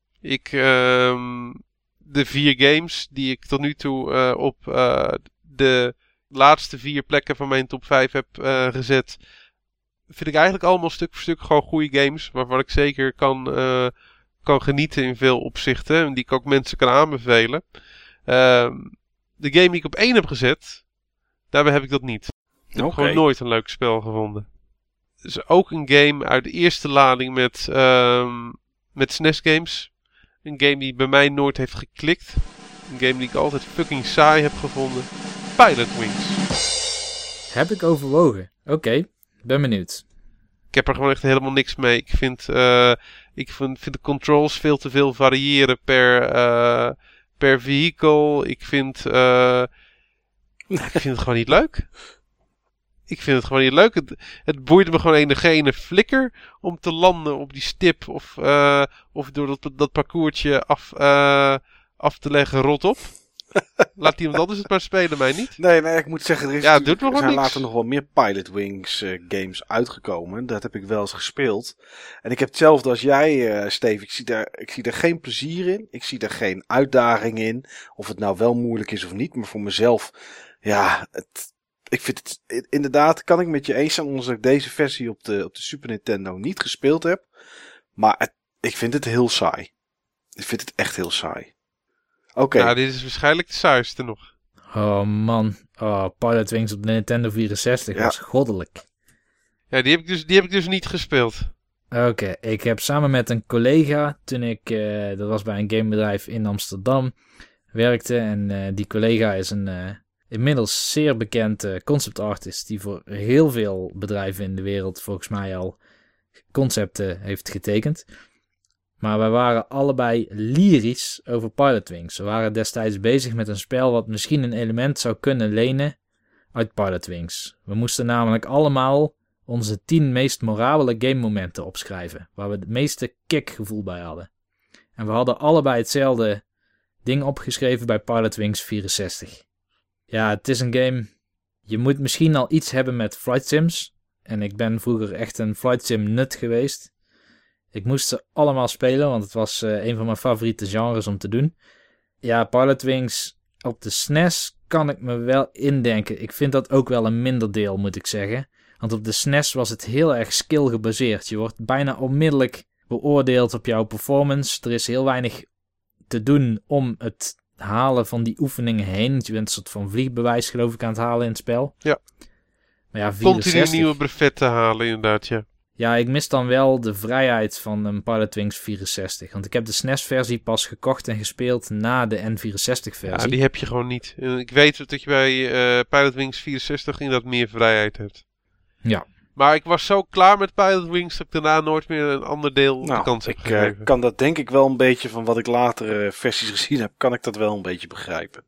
De 4 games die ik tot nu toe op de laatste 4 plekken van mijn top 5 heb gezet, vind ik eigenlijk allemaal stuk voor stuk gewoon goede games, waarvan ik zeker kan genieten in veel opzichten en die ik ook mensen kan aanbevelen. De game die ik op 1 heb gezet, daarbij heb ik dat niet. Ik heb gewoon nooit een leuk spel gevonden. Het is ook een game uit de eerste lading met SNES games. Een game die bij mij nooit heeft geklikt. Een game die ik altijd fucking saai heb gevonden. Pilotwings. Heb ik overwogen. Oké, ben benieuwd. Ik heb er gewoon echt helemaal niks mee. Ik vind de controls veel te veel variëren per vehicle. Ik vind het gewoon niet leuk. Ik vind het gewoon niet leuk. Het boeit me gewoon ene flikker om te landen op die stip of door dat parcoursje af te leggen rot op. Laat iemand anders het maar spelen, mij niet. Nee, ik moet zeggen, er zijn later nog wel meer Pilotwings games uitgekomen. Dat heb ik wel eens gespeeld. En ik heb hetzelfde als jij, Steve. Ik zie daar geen plezier in. Ik zie daar geen uitdaging in. Of het nou wel moeilijk is of niet. Maar voor mezelf, ik vind het inderdaad, kan ik met je eens zijn, omdat ik deze versie op de Super Nintendo niet gespeeld heb. Maar ik vind het heel saai. Ik vind het echt heel saai. Oké. Nou, dit is waarschijnlijk de saaiste nog. Oh man. Oh, Pilotwings op de Nintendo 64 was goddelijk. Ja, die heb ik dus niet gespeeld. Oké, ik heb samen met een collega, toen ik, dat was bij een gamebedrijf in Amsterdam, werkte. En die collega is een inmiddels zeer bekend concept artist die voor heel veel bedrijven in de wereld volgens mij al concepten heeft getekend. Maar wij waren allebei lyrisch over Pilotwings. We waren destijds bezig met een spel wat misschien een element zou kunnen lenen uit Pilotwings. We moesten namelijk allemaal onze 10 meest memorabele game momenten opschrijven, waar we het meeste kickgevoel bij hadden. En we hadden allebei hetzelfde ding opgeschreven bij Pilotwings 64. Ja, het is een game, je moet misschien al iets hebben met flight sims. En ik ben vroeger echt een flight sim nut geweest. Ik moest ze allemaal spelen, want het was een van mijn favoriete genres om te doen. Ja, Pilotwings op de SNES kan ik me wel indenken. Ik vind dat ook wel een minder deel, moet ik zeggen. Want op de SNES was het heel erg skill gebaseerd. Je wordt bijna onmiddellijk beoordeeld op jouw performance. Er is heel weinig te doen om het halen van die oefeningen heen. Je bent een soort van vliegbewijs, geloof ik, aan het halen in het spel. Ja. Maar ja, 64... Continu nieuwe brevetten halen, inderdaad, ja. Ja, ik mis dan wel de vrijheid van een Pilotwings 64. Want ik heb de SNES-versie pas gekocht en gespeeld na de N64-versie. Ja, die heb je gewoon niet. Ik weet dat je bij Pilotwings 64 inderdaad meer vrijheid hebt. Ja. Maar ik was zo klaar met Pilotwings dat ik daarna nooit meer een ander deel de kans heb gegeven. Ik kan dat denk ik wel een beetje van wat ik later versies gezien heb, kan ik dat wel een beetje begrijpen.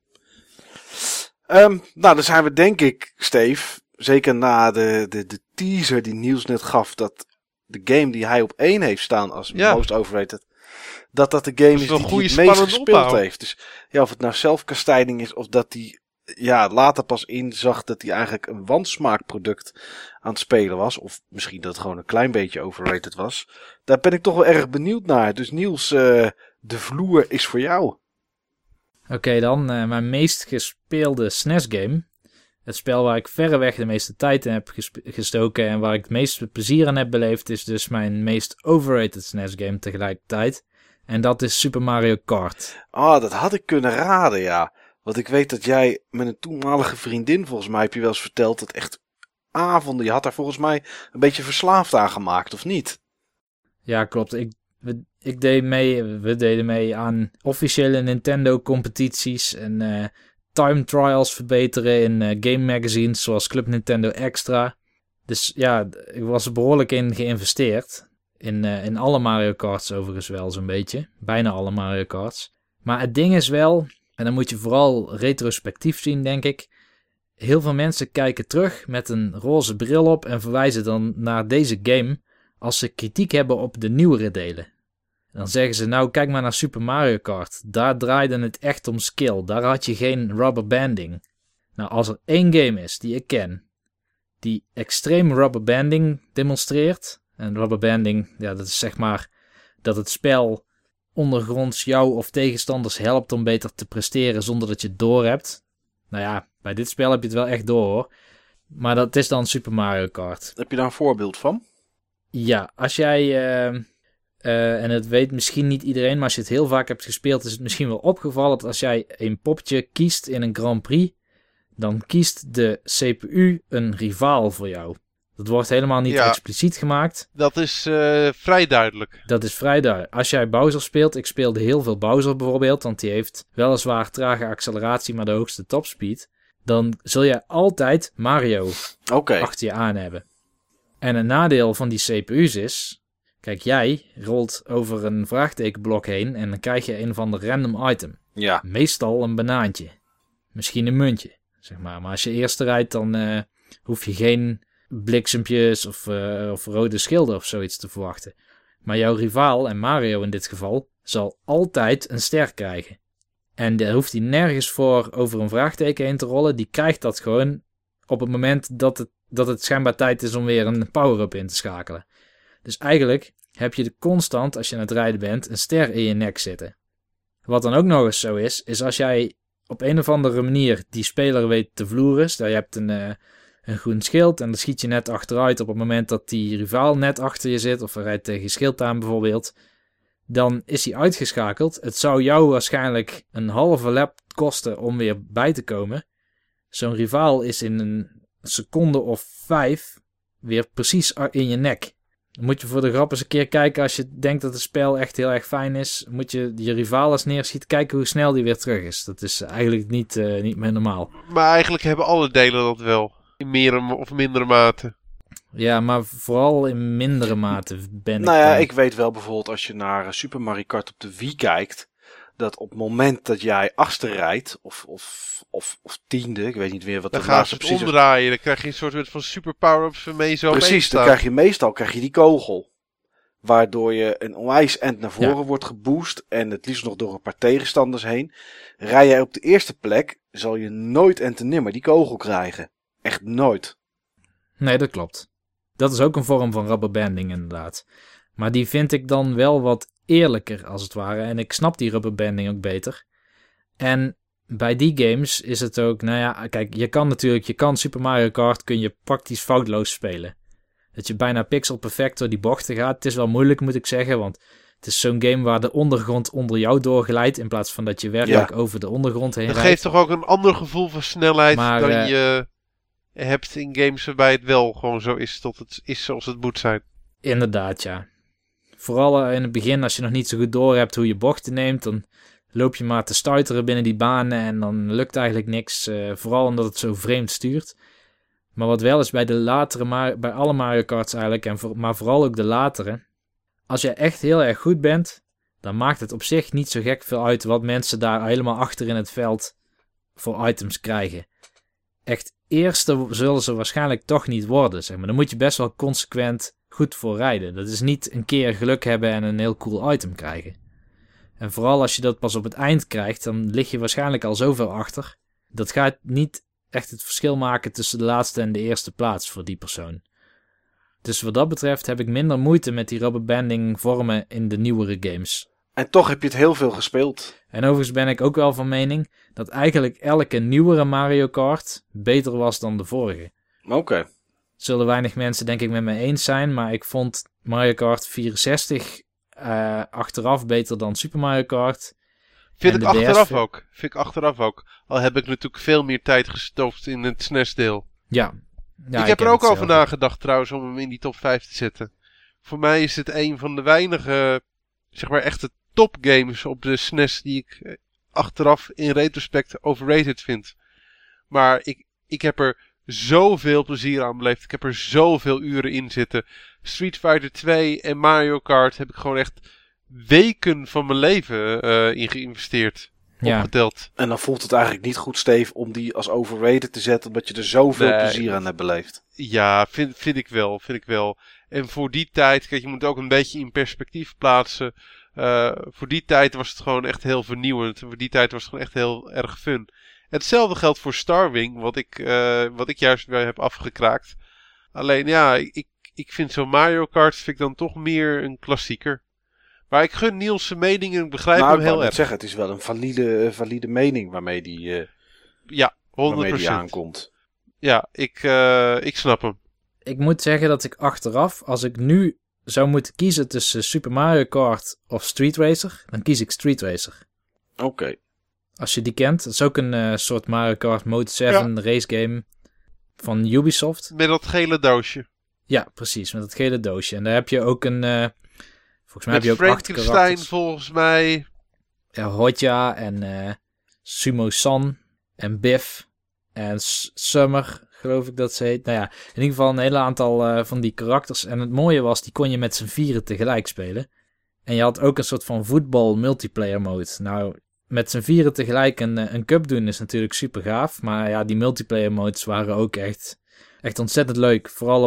Nou, dan zijn we denk ik, Steve, zeker na de teaser die Niels net gaf, dat de game die hij op 1 heeft staan als most overrated, dat de game is die hij het meest gespeeld heeft. Dus ja, of het nou zelfkastijding is of dat hij later pas inzag dat hij eigenlijk een wansmaakproduct aan het spelen was. Of misschien dat het gewoon een klein beetje overrated was. Daar ben ik toch wel erg benieuwd naar. Dus Niels, de vloer is voor jou. Oké, dan mijn meest gespeelde SNES game. Het spel waar ik verreweg de meeste tijd in heb gestoken en waar ik het meeste plezier aan heb beleefd, is dus mijn meest overrated SNES game tegelijkertijd. En dat is Super Mario Kart. Dat had ik kunnen raden, ja. Want ik weet dat jij met een toenmalige vriendin, volgens mij heb je wel eens verteld, dat echt avonden, je had daar volgens mij een beetje verslaafd aan gemaakt, of niet? Ja, klopt. We deden mee aan officiële Nintendo competities en time trials verbeteren in game magazines zoals Club Nintendo Extra. Dus ja, ik was er behoorlijk in geïnvesteerd. In alle Mario Karts overigens wel zo'n beetje. Bijna alle Mario Karts. Maar het ding is wel, en dan moet je vooral retrospectief zien, denk ik. Heel veel mensen kijken terug met een roze bril op en verwijzen dan naar deze game als ze kritiek hebben op de nieuwere delen. Dan zeggen ze, nou kijk maar naar Super Mario Kart. Daar draaide het echt om skill. Daar had je geen rubber banding. Nou, als er één game is die ik ken, die extreem rubberbanding demonstreert. En rubberbanding, ja, dat is zeg maar dat het spel ondergronds jou of tegenstanders helpt om beter te presteren zonder dat je het door hebt. Nou ja, bij dit spel heb je het wel echt door, hoor. Maar dat is dan Super Mario Kart. Heb je daar een voorbeeld van? Ja, als jij, en het weet misschien niet iedereen, maar als je het heel vaak hebt gespeeld, is het misschien wel opgevallen dat als jij een popje kiest in een Grand Prix, dan kiest de CPU een rivaal voor jou. Dat wordt helemaal niet expliciet gemaakt. Dat is vrij duidelijk. Dat is vrij duidelijk. Als jij Bowser speelt, ik speelde heel veel Bowser bijvoorbeeld, want die heeft weliswaar trage acceleratie, maar de hoogste topspeed. Dan zul je altijd Mario achter je aan hebben. En een nadeel van die CPU's is, kijk, jij rolt over een vraagtekenblok heen en dan krijg je een of ander random item. Ja. Meestal een banaantje. Misschien een muntje, zeg maar. Maar als je eerste rijdt, dan hoef je geen bliksempjes of rode schilden of zoiets te verwachten. Maar jouw rivaal, en Mario in dit geval, zal altijd een ster krijgen. En daar hoeft hij nergens voor over een vraagteken heen te rollen. Die krijgt dat gewoon op het moment dat het schijnbaar tijd is om weer een power-up in te schakelen. Dus eigenlijk heb je constant, als je aan het rijden bent, een ster in je nek zitten. Wat dan ook nog eens zo is als jij op een of andere manier die speler weet te vloeren. Stel je hebt een groen schild en dan schiet je net achteruit op het moment dat die rivaal net achter je zit. Of hij rijdt tegen je schild aan bijvoorbeeld. Dan is hij uitgeschakeld. Het zou jou waarschijnlijk een halve lap kosten om weer bij te komen. Zo'n rivaal is in een seconde of 5 weer precies in je nek. Dan moet je voor de grap eens een keer kijken als je denkt dat het spel echt heel erg fijn is. Moet je rivaal eens neerschieten, kijken hoe snel die weer terug is. Dat is eigenlijk niet meer normaal. Maar eigenlijk hebben alle delen dat wel. In meer of mindere mate. Ja, maar vooral in mindere mate ben ik... Nou ja, ik weet wel bijvoorbeeld als je naar Super Mario Kart op de Wii kijkt, dat op het moment dat jij achtste rijdt, of tiende, ik weet niet meer wat dan de laatste precies omdraaien, dan krijg je een soort van super power-ups waarmee zo precies, dan krijg je meestal die kogel. Waardoor je een onwijs end naar voren wordt geboost en het liefst nog door een paar tegenstanders heen. Rij jij op de eerste plek, zal je nooit en te nimmer die kogel krijgen. Echt nooit. Nee, dat klopt. Dat is ook een vorm van rubberbanding inderdaad. Maar die vind ik dan wel wat eerlijker als het ware. En ik snap die rubberbanding ook beter. En bij die games is het ook, nou ja, kijk, je kan Super Mario Kart kun je praktisch foutloos spelen. Dat je bijna pixel perfect door die bochten gaat. Het is wel moeilijk, moet ik zeggen, want het is zo'n game waar de ondergrond onder jou doorglijdt in plaats van dat je werkelijk over de ondergrond heen rijdt. Dat geeft toch ook een ander gevoel van snelheid dan je hebt in games waarbij het wel gewoon zo is tot het is zoals het moet zijn. Inderdaad, ja. Vooral in het begin, als je nog niet zo goed door hebt hoe je bochten neemt, dan loop je maar te stuiteren binnen die banen en dan lukt eigenlijk niks. Vooral omdat het zo vreemd stuurt. Maar wat wel is bij de latere, bij alle Mario Karts eigenlijk, maar vooral ook de latere. Als je echt heel erg goed bent, dan maakt het op zich niet zo gek veel uit wat mensen daar helemaal achter in het veld voor items krijgen. Echt eerste zullen ze waarschijnlijk toch niet worden, zeg maar. Dan moet je best wel consequent goed voor rijden. Dat is niet een keer geluk hebben en een heel cool item krijgen. En vooral als je dat pas op het eind krijgt, dan lig je waarschijnlijk al zoveel achter. Dat gaat niet echt het verschil maken tussen de laatste en de eerste plaats voor die persoon. Dus wat dat betreft heb ik minder moeite met die rubberbanding vormen in de nieuwere games. En toch heb je het heel veel gespeeld. En overigens ben ik ook wel van mening dat eigenlijk elke nieuwere Mario Kart beter was dan de vorige. Oké. Zullen weinig mensen denk ik met me eens zijn, maar ik vond Mario Kart 64 achteraf beter dan Super Mario Kart. Vind ik achteraf ook. Al heb ik natuurlijk veel meer tijd gestopt in het SNES-deel. Ja. Ik heb er ook over nagedacht trouwens om hem in die top 5 te zetten. Voor mij is het een van de weinige, zeg maar echte topgames op de SNES die ik achteraf in retrospect overrated vind. Maar ik heb er zoveel plezier aan beleefd. Ik heb er zoveel uren in zitten. Street Fighter 2 en Mario Kart heb ik gewoon echt weken van mijn leven in geïnvesteerd. Opgeteld. En dan voelt het eigenlijk niet goed, Steve, om die als overrated te zetten, omdat je er zoveel plezier aan hebt beleefd. Ja, vind ik wel. En voor die tijd, kijk, je moet ook een beetje in perspectief plaatsen. Voor die tijd was het gewoon echt heel vernieuwend. Voor die tijd was het gewoon echt heel erg fun. Hetzelfde geldt voor Starwing, wat ik juist weer heb afgekraakt. Alleen ja, ik vind zo'n Mario Kart vind ik dan toch meer een klassieker. Maar ik gun Niels' mening en ik begrijp hem heel erg. Zeggen, het is wel een valide mening waarmee die, ja, 100%. Waarmee die aankomt. Ja, ik snap hem. Ik moet zeggen dat ik achteraf, als ik nu zou moeten kiezen tussen Super Mario Kart of Street Racer, dan kies ik Street Racer. Oké. Als je die kent, dat is ook een soort Mario Kart Mode 7 race game van Ubisoft. Met dat gele doosje. Ja, precies, met dat gele doosje. En daar heb je ook een... volgens mij met heb je ook 8 Frankenstein karakters. volgens mij. Ja, Hotja en Sumo-san en Biff en Summer, geloof ik dat ze heet. Nou ja, in ieder geval een hele aantal van die karakters. En het mooie was, die kon je met z'n vieren tegelijk spelen. En je had ook een soort van voetbal multiplayer mode. Nou, met z'n vieren tegelijk een cup doen is natuurlijk super gaaf. Maar ja, die multiplayer modes waren ook echt ontzettend leuk. Vooral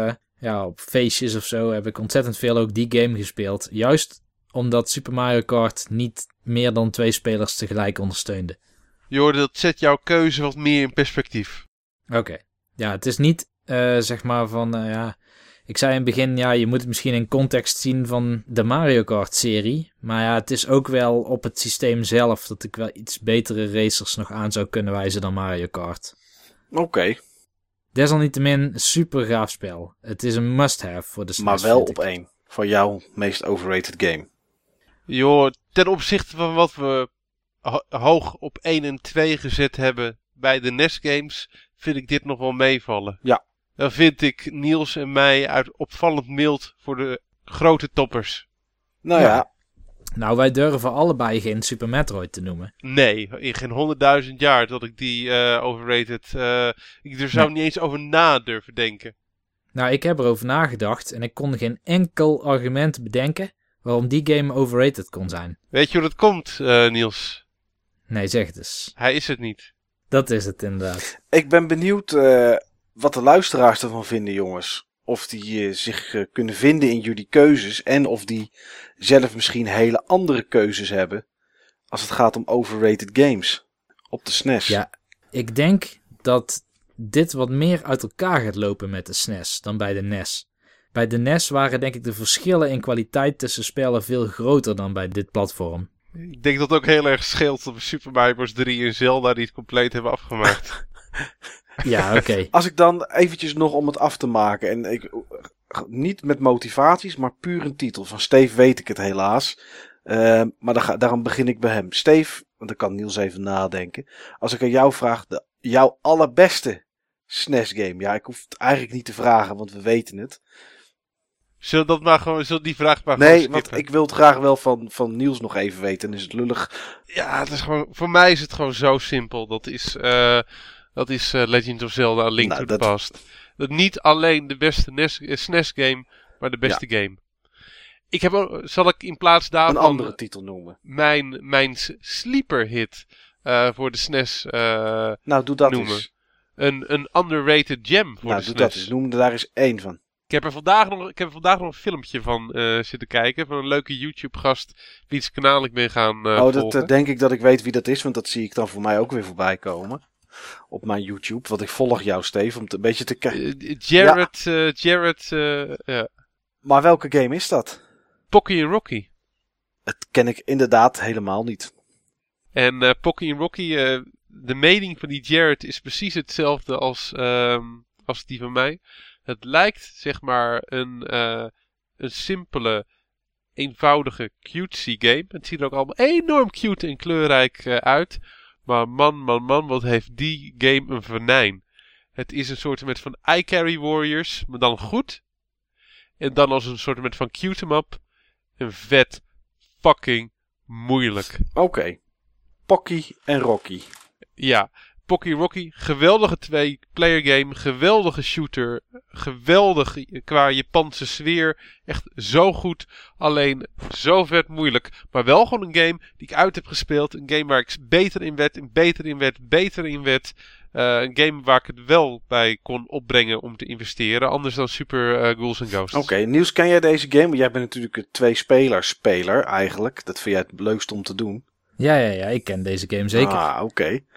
op feestjes of zo heb ik ontzettend veel ook die game gespeeld. Juist omdat Super Mario Kart niet meer dan 2 spelers tegelijk ondersteunde. Joh, dat zet jouw keuze wat meer in perspectief. Oké. Ja, het is niet zeg maar van... ik zei in het begin, ja, je moet het misschien in context zien van de Mario Kart serie. Maar ja, het is ook wel op het systeem zelf dat ik wel iets betere racers nog aan zou kunnen wijzen dan Mario Kart. Oké. Desalniettemin, super gaaf spel. Het is een must-have voor de SNES. Maar wel op 1. Voor jouw meest overrated game. Joh, ten opzichte van wat we hoog op 1 en 2 gezet hebben bij de NES games, vind ik dit nog wel meevallen. Ja. Dan vind ik Niels en mij uit opvallend mild voor de grote toppers. Nou ja. Nou, wij durven allebei geen Super Metroid te noemen. Nee, in geen 100.000 jaar dat ik die overrated... ik er zou niet eens over na durven denken. Nou, ik heb erover nagedacht en ik kon geen enkel argument bedenken waarom die game overrated kon zijn. Weet je hoe dat komt, Niels? Nee, zeg het eens. Hij is het niet. Dat is het inderdaad. Ik ben benieuwd wat de luisteraars ervan vinden, jongens. Of die zich kunnen vinden in jullie keuzes. En of die zelf misschien hele andere keuzes hebben. Als het gaat om overrated games. Op de SNES. Ja, ik denk dat dit wat meer uit elkaar gaat lopen met de SNES dan bij de NES. Bij de NES waren denk ik de verschillen in kwaliteit tussen spellen veel groter dan bij dit platform. Ik denk dat het ook heel erg scheelt dat we Super Mario Bros. 3 en Zelda niet compleet hebben afgemaakt. Ja, oké. Als ik dan eventjes nog om het af te maken. En niet met motivaties, maar puur een titel. Van Steve weet ik het helaas. Maar daarom begin ik bij hem. Steve, want dan kan Niels even nadenken. Als ik aan jou vraag, jouw allerbeste SNES game. Ja, ik hoef het eigenlijk niet te vragen, want we weten het. Zullen die vraag maar nee, gewoon want ik wil het graag wel van Niels nog even weten. En is het lullig? Ja, het is gewoon, voor mij is het gewoon zo simpel. Dat is Legend of Zelda: A Link to the Past. Dat niet alleen de beste SNES game, maar de beste game. Zal ik in plaats daarvan een andere titel noemen? Mijn sleeper hit voor de SNES nou, doe dat noemen. eens. Een underrated gem voor de SNES. Nou, doe dat eens. Noem er daar eens 1 van. Ik heb er vandaag nog een filmpje van zitten kijken. Van een leuke YouTube-gast wiens kanaal ik ben gaan volgen. Dat denk ik dat ik weet wie dat is. Want dat zie ik dan voor mij ook weer voorbij komen. Op mijn YouTube. Want ik volg jou, Steve. Om het een beetje te kijken. Jared. Maar welke game is dat? Pocky and Rocky. Het ken ik inderdaad helemaal niet. En Pocky and Rocky, de mening van die Jared is precies hetzelfde als die van mij. Het lijkt, zeg maar, een simpele, eenvoudige, cutesy game. Het ziet er ook allemaal enorm cute en kleurrijk uit. Maar man, wat heeft die game een venijn. Het is een soort van iCarry Warriors, maar dan goed. En dan als een soort van cute-em-up. Een vet fucking moeilijk. Oké. Pocky en Rocky. Ja. Pocky Rocky, geweldige 2-player game, geweldige shooter, geweldig qua Japanse sfeer, echt zo goed, alleen zo vet moeilijk, maar wel gewoon een game die ik uit heb gespeeld, een game waar ik beter in werd, een game waar ik het wel bij kon opbrengen om te investeren, anders dan Super Ghouls and Ghosts. Oké, Niels, ken jij deze game? Want jij bent natuurlijk een 2-speler eigenlijk, dat vind jij het leukst om te doen. Ja, ik ken deze game zeker. Oké.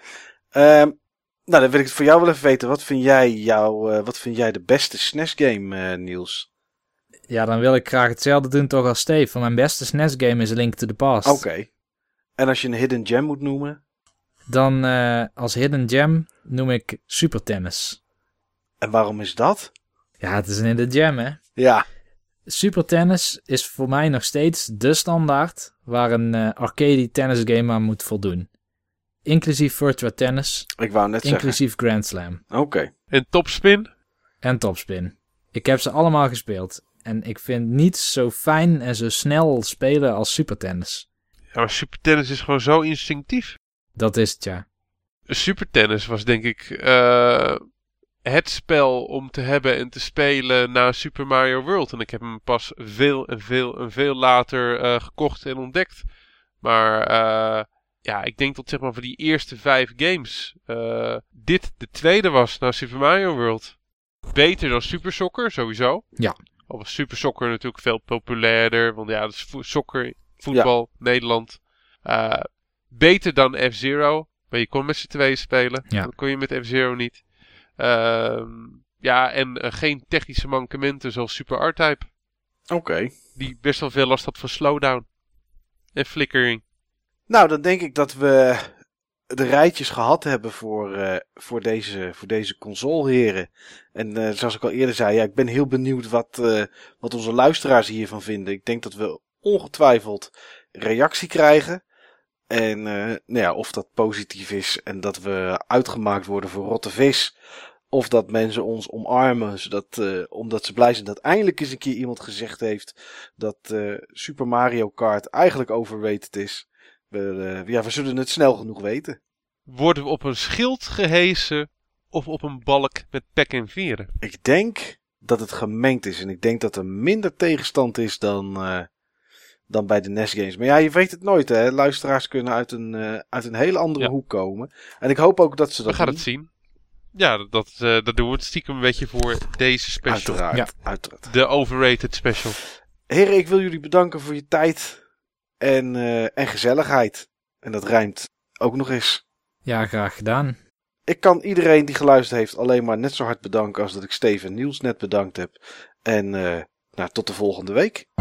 Nou, dan wil ik het voor jou wel even weten. Wat vind jij de beste SNES-game, Niels? Ja, dan wil ik graag hetzelfde doen toch als Steve. Want mijn beste SNES-game is A Link to the Past. Oké. En als je een hidden gem moet noemen? Dan als hidden gem noem ik Super Tennis. En waarom is dat? Ja, het is een hidden gem, hè? Ja. Super Tennis is voor mij nog steeds de standaard waar een arcade tennis game aan moet voldoen. Inclusief Virtua Tennis. Ik wou net inclusief zeggen. Grand Slam. Oké. En Topspin? En Topspin. Ik heb ze allemaal gespeeld. En ik vind niets zo fijn en zo snel spelen als Super Tennis. Ja, maar Super Tennis is gewoon zo instinctief. Dat is het, ja. Super Tennis was denk ik het spel om te hebben en te spelen na Super Mario World. En ik heb hem pas veel later gekocht en ontdekt. Maar ja, ik denk dat zeg maar voor die eerste 5 games dit de tweede was na Super Mario World. Beter dan Super Soccer, sowieso. Ja. Al was Super Soccer natuurlijk veel populairder. Want ja, dat is soccer, voetbal, ja. Nederland. Beter dan F-Zero. Maar je kon met z'n tweeën spelen. Ja. Dat kon je met F-Zero niet. Ja, en geen technische mankementen zoals Super R-Type. Oké. Die best wel veel last had van slowdown. En flickering. Nou, dan denk ik dat we de rijtjes gehad hebben voor deze consoleheren. En zoals ik al eerder zei, ja, ik ben heel benieuwd wat onze luisteraars hiervan vinden. Ik denk dat we ongetwijfeld reactie krijgen. En nou ja, of dat positief is en dat we uitgemaakt worden voor rotte vis. Of dat mensen ons omarmen, omdat ze blij zijn dat eindelijk eens een keer iemand gezegd heeft dat Super Mario Kart eigenlijk overrated is. We zullen het snel genoeg weten. Worden we op een schild gehesen of op een balk met pek en veren? Ik denk dat het gemengd is en ik denk dat er minder tegenstand is dan bij de NES games. Maar ja, je weet het nooit, hè. Luisteraars kunnen uit een hele andere hoek komen. En ik hoop ook dat ze dat We gaan het zien. Ja, dat doen we het stiekem een beetje voor deze special. Uiteraard. De overrated special. Heren, ik wil jullie bedanken voor je tijd en gezelligheid. En dat rijmt ook nog eens. Ja, graag gedaan. Ik kan iedereen die geluisterd heeft alleen maar net zo hard bedanken als dat ik Steve en Niels net bedankt heb. En tot de volgende week.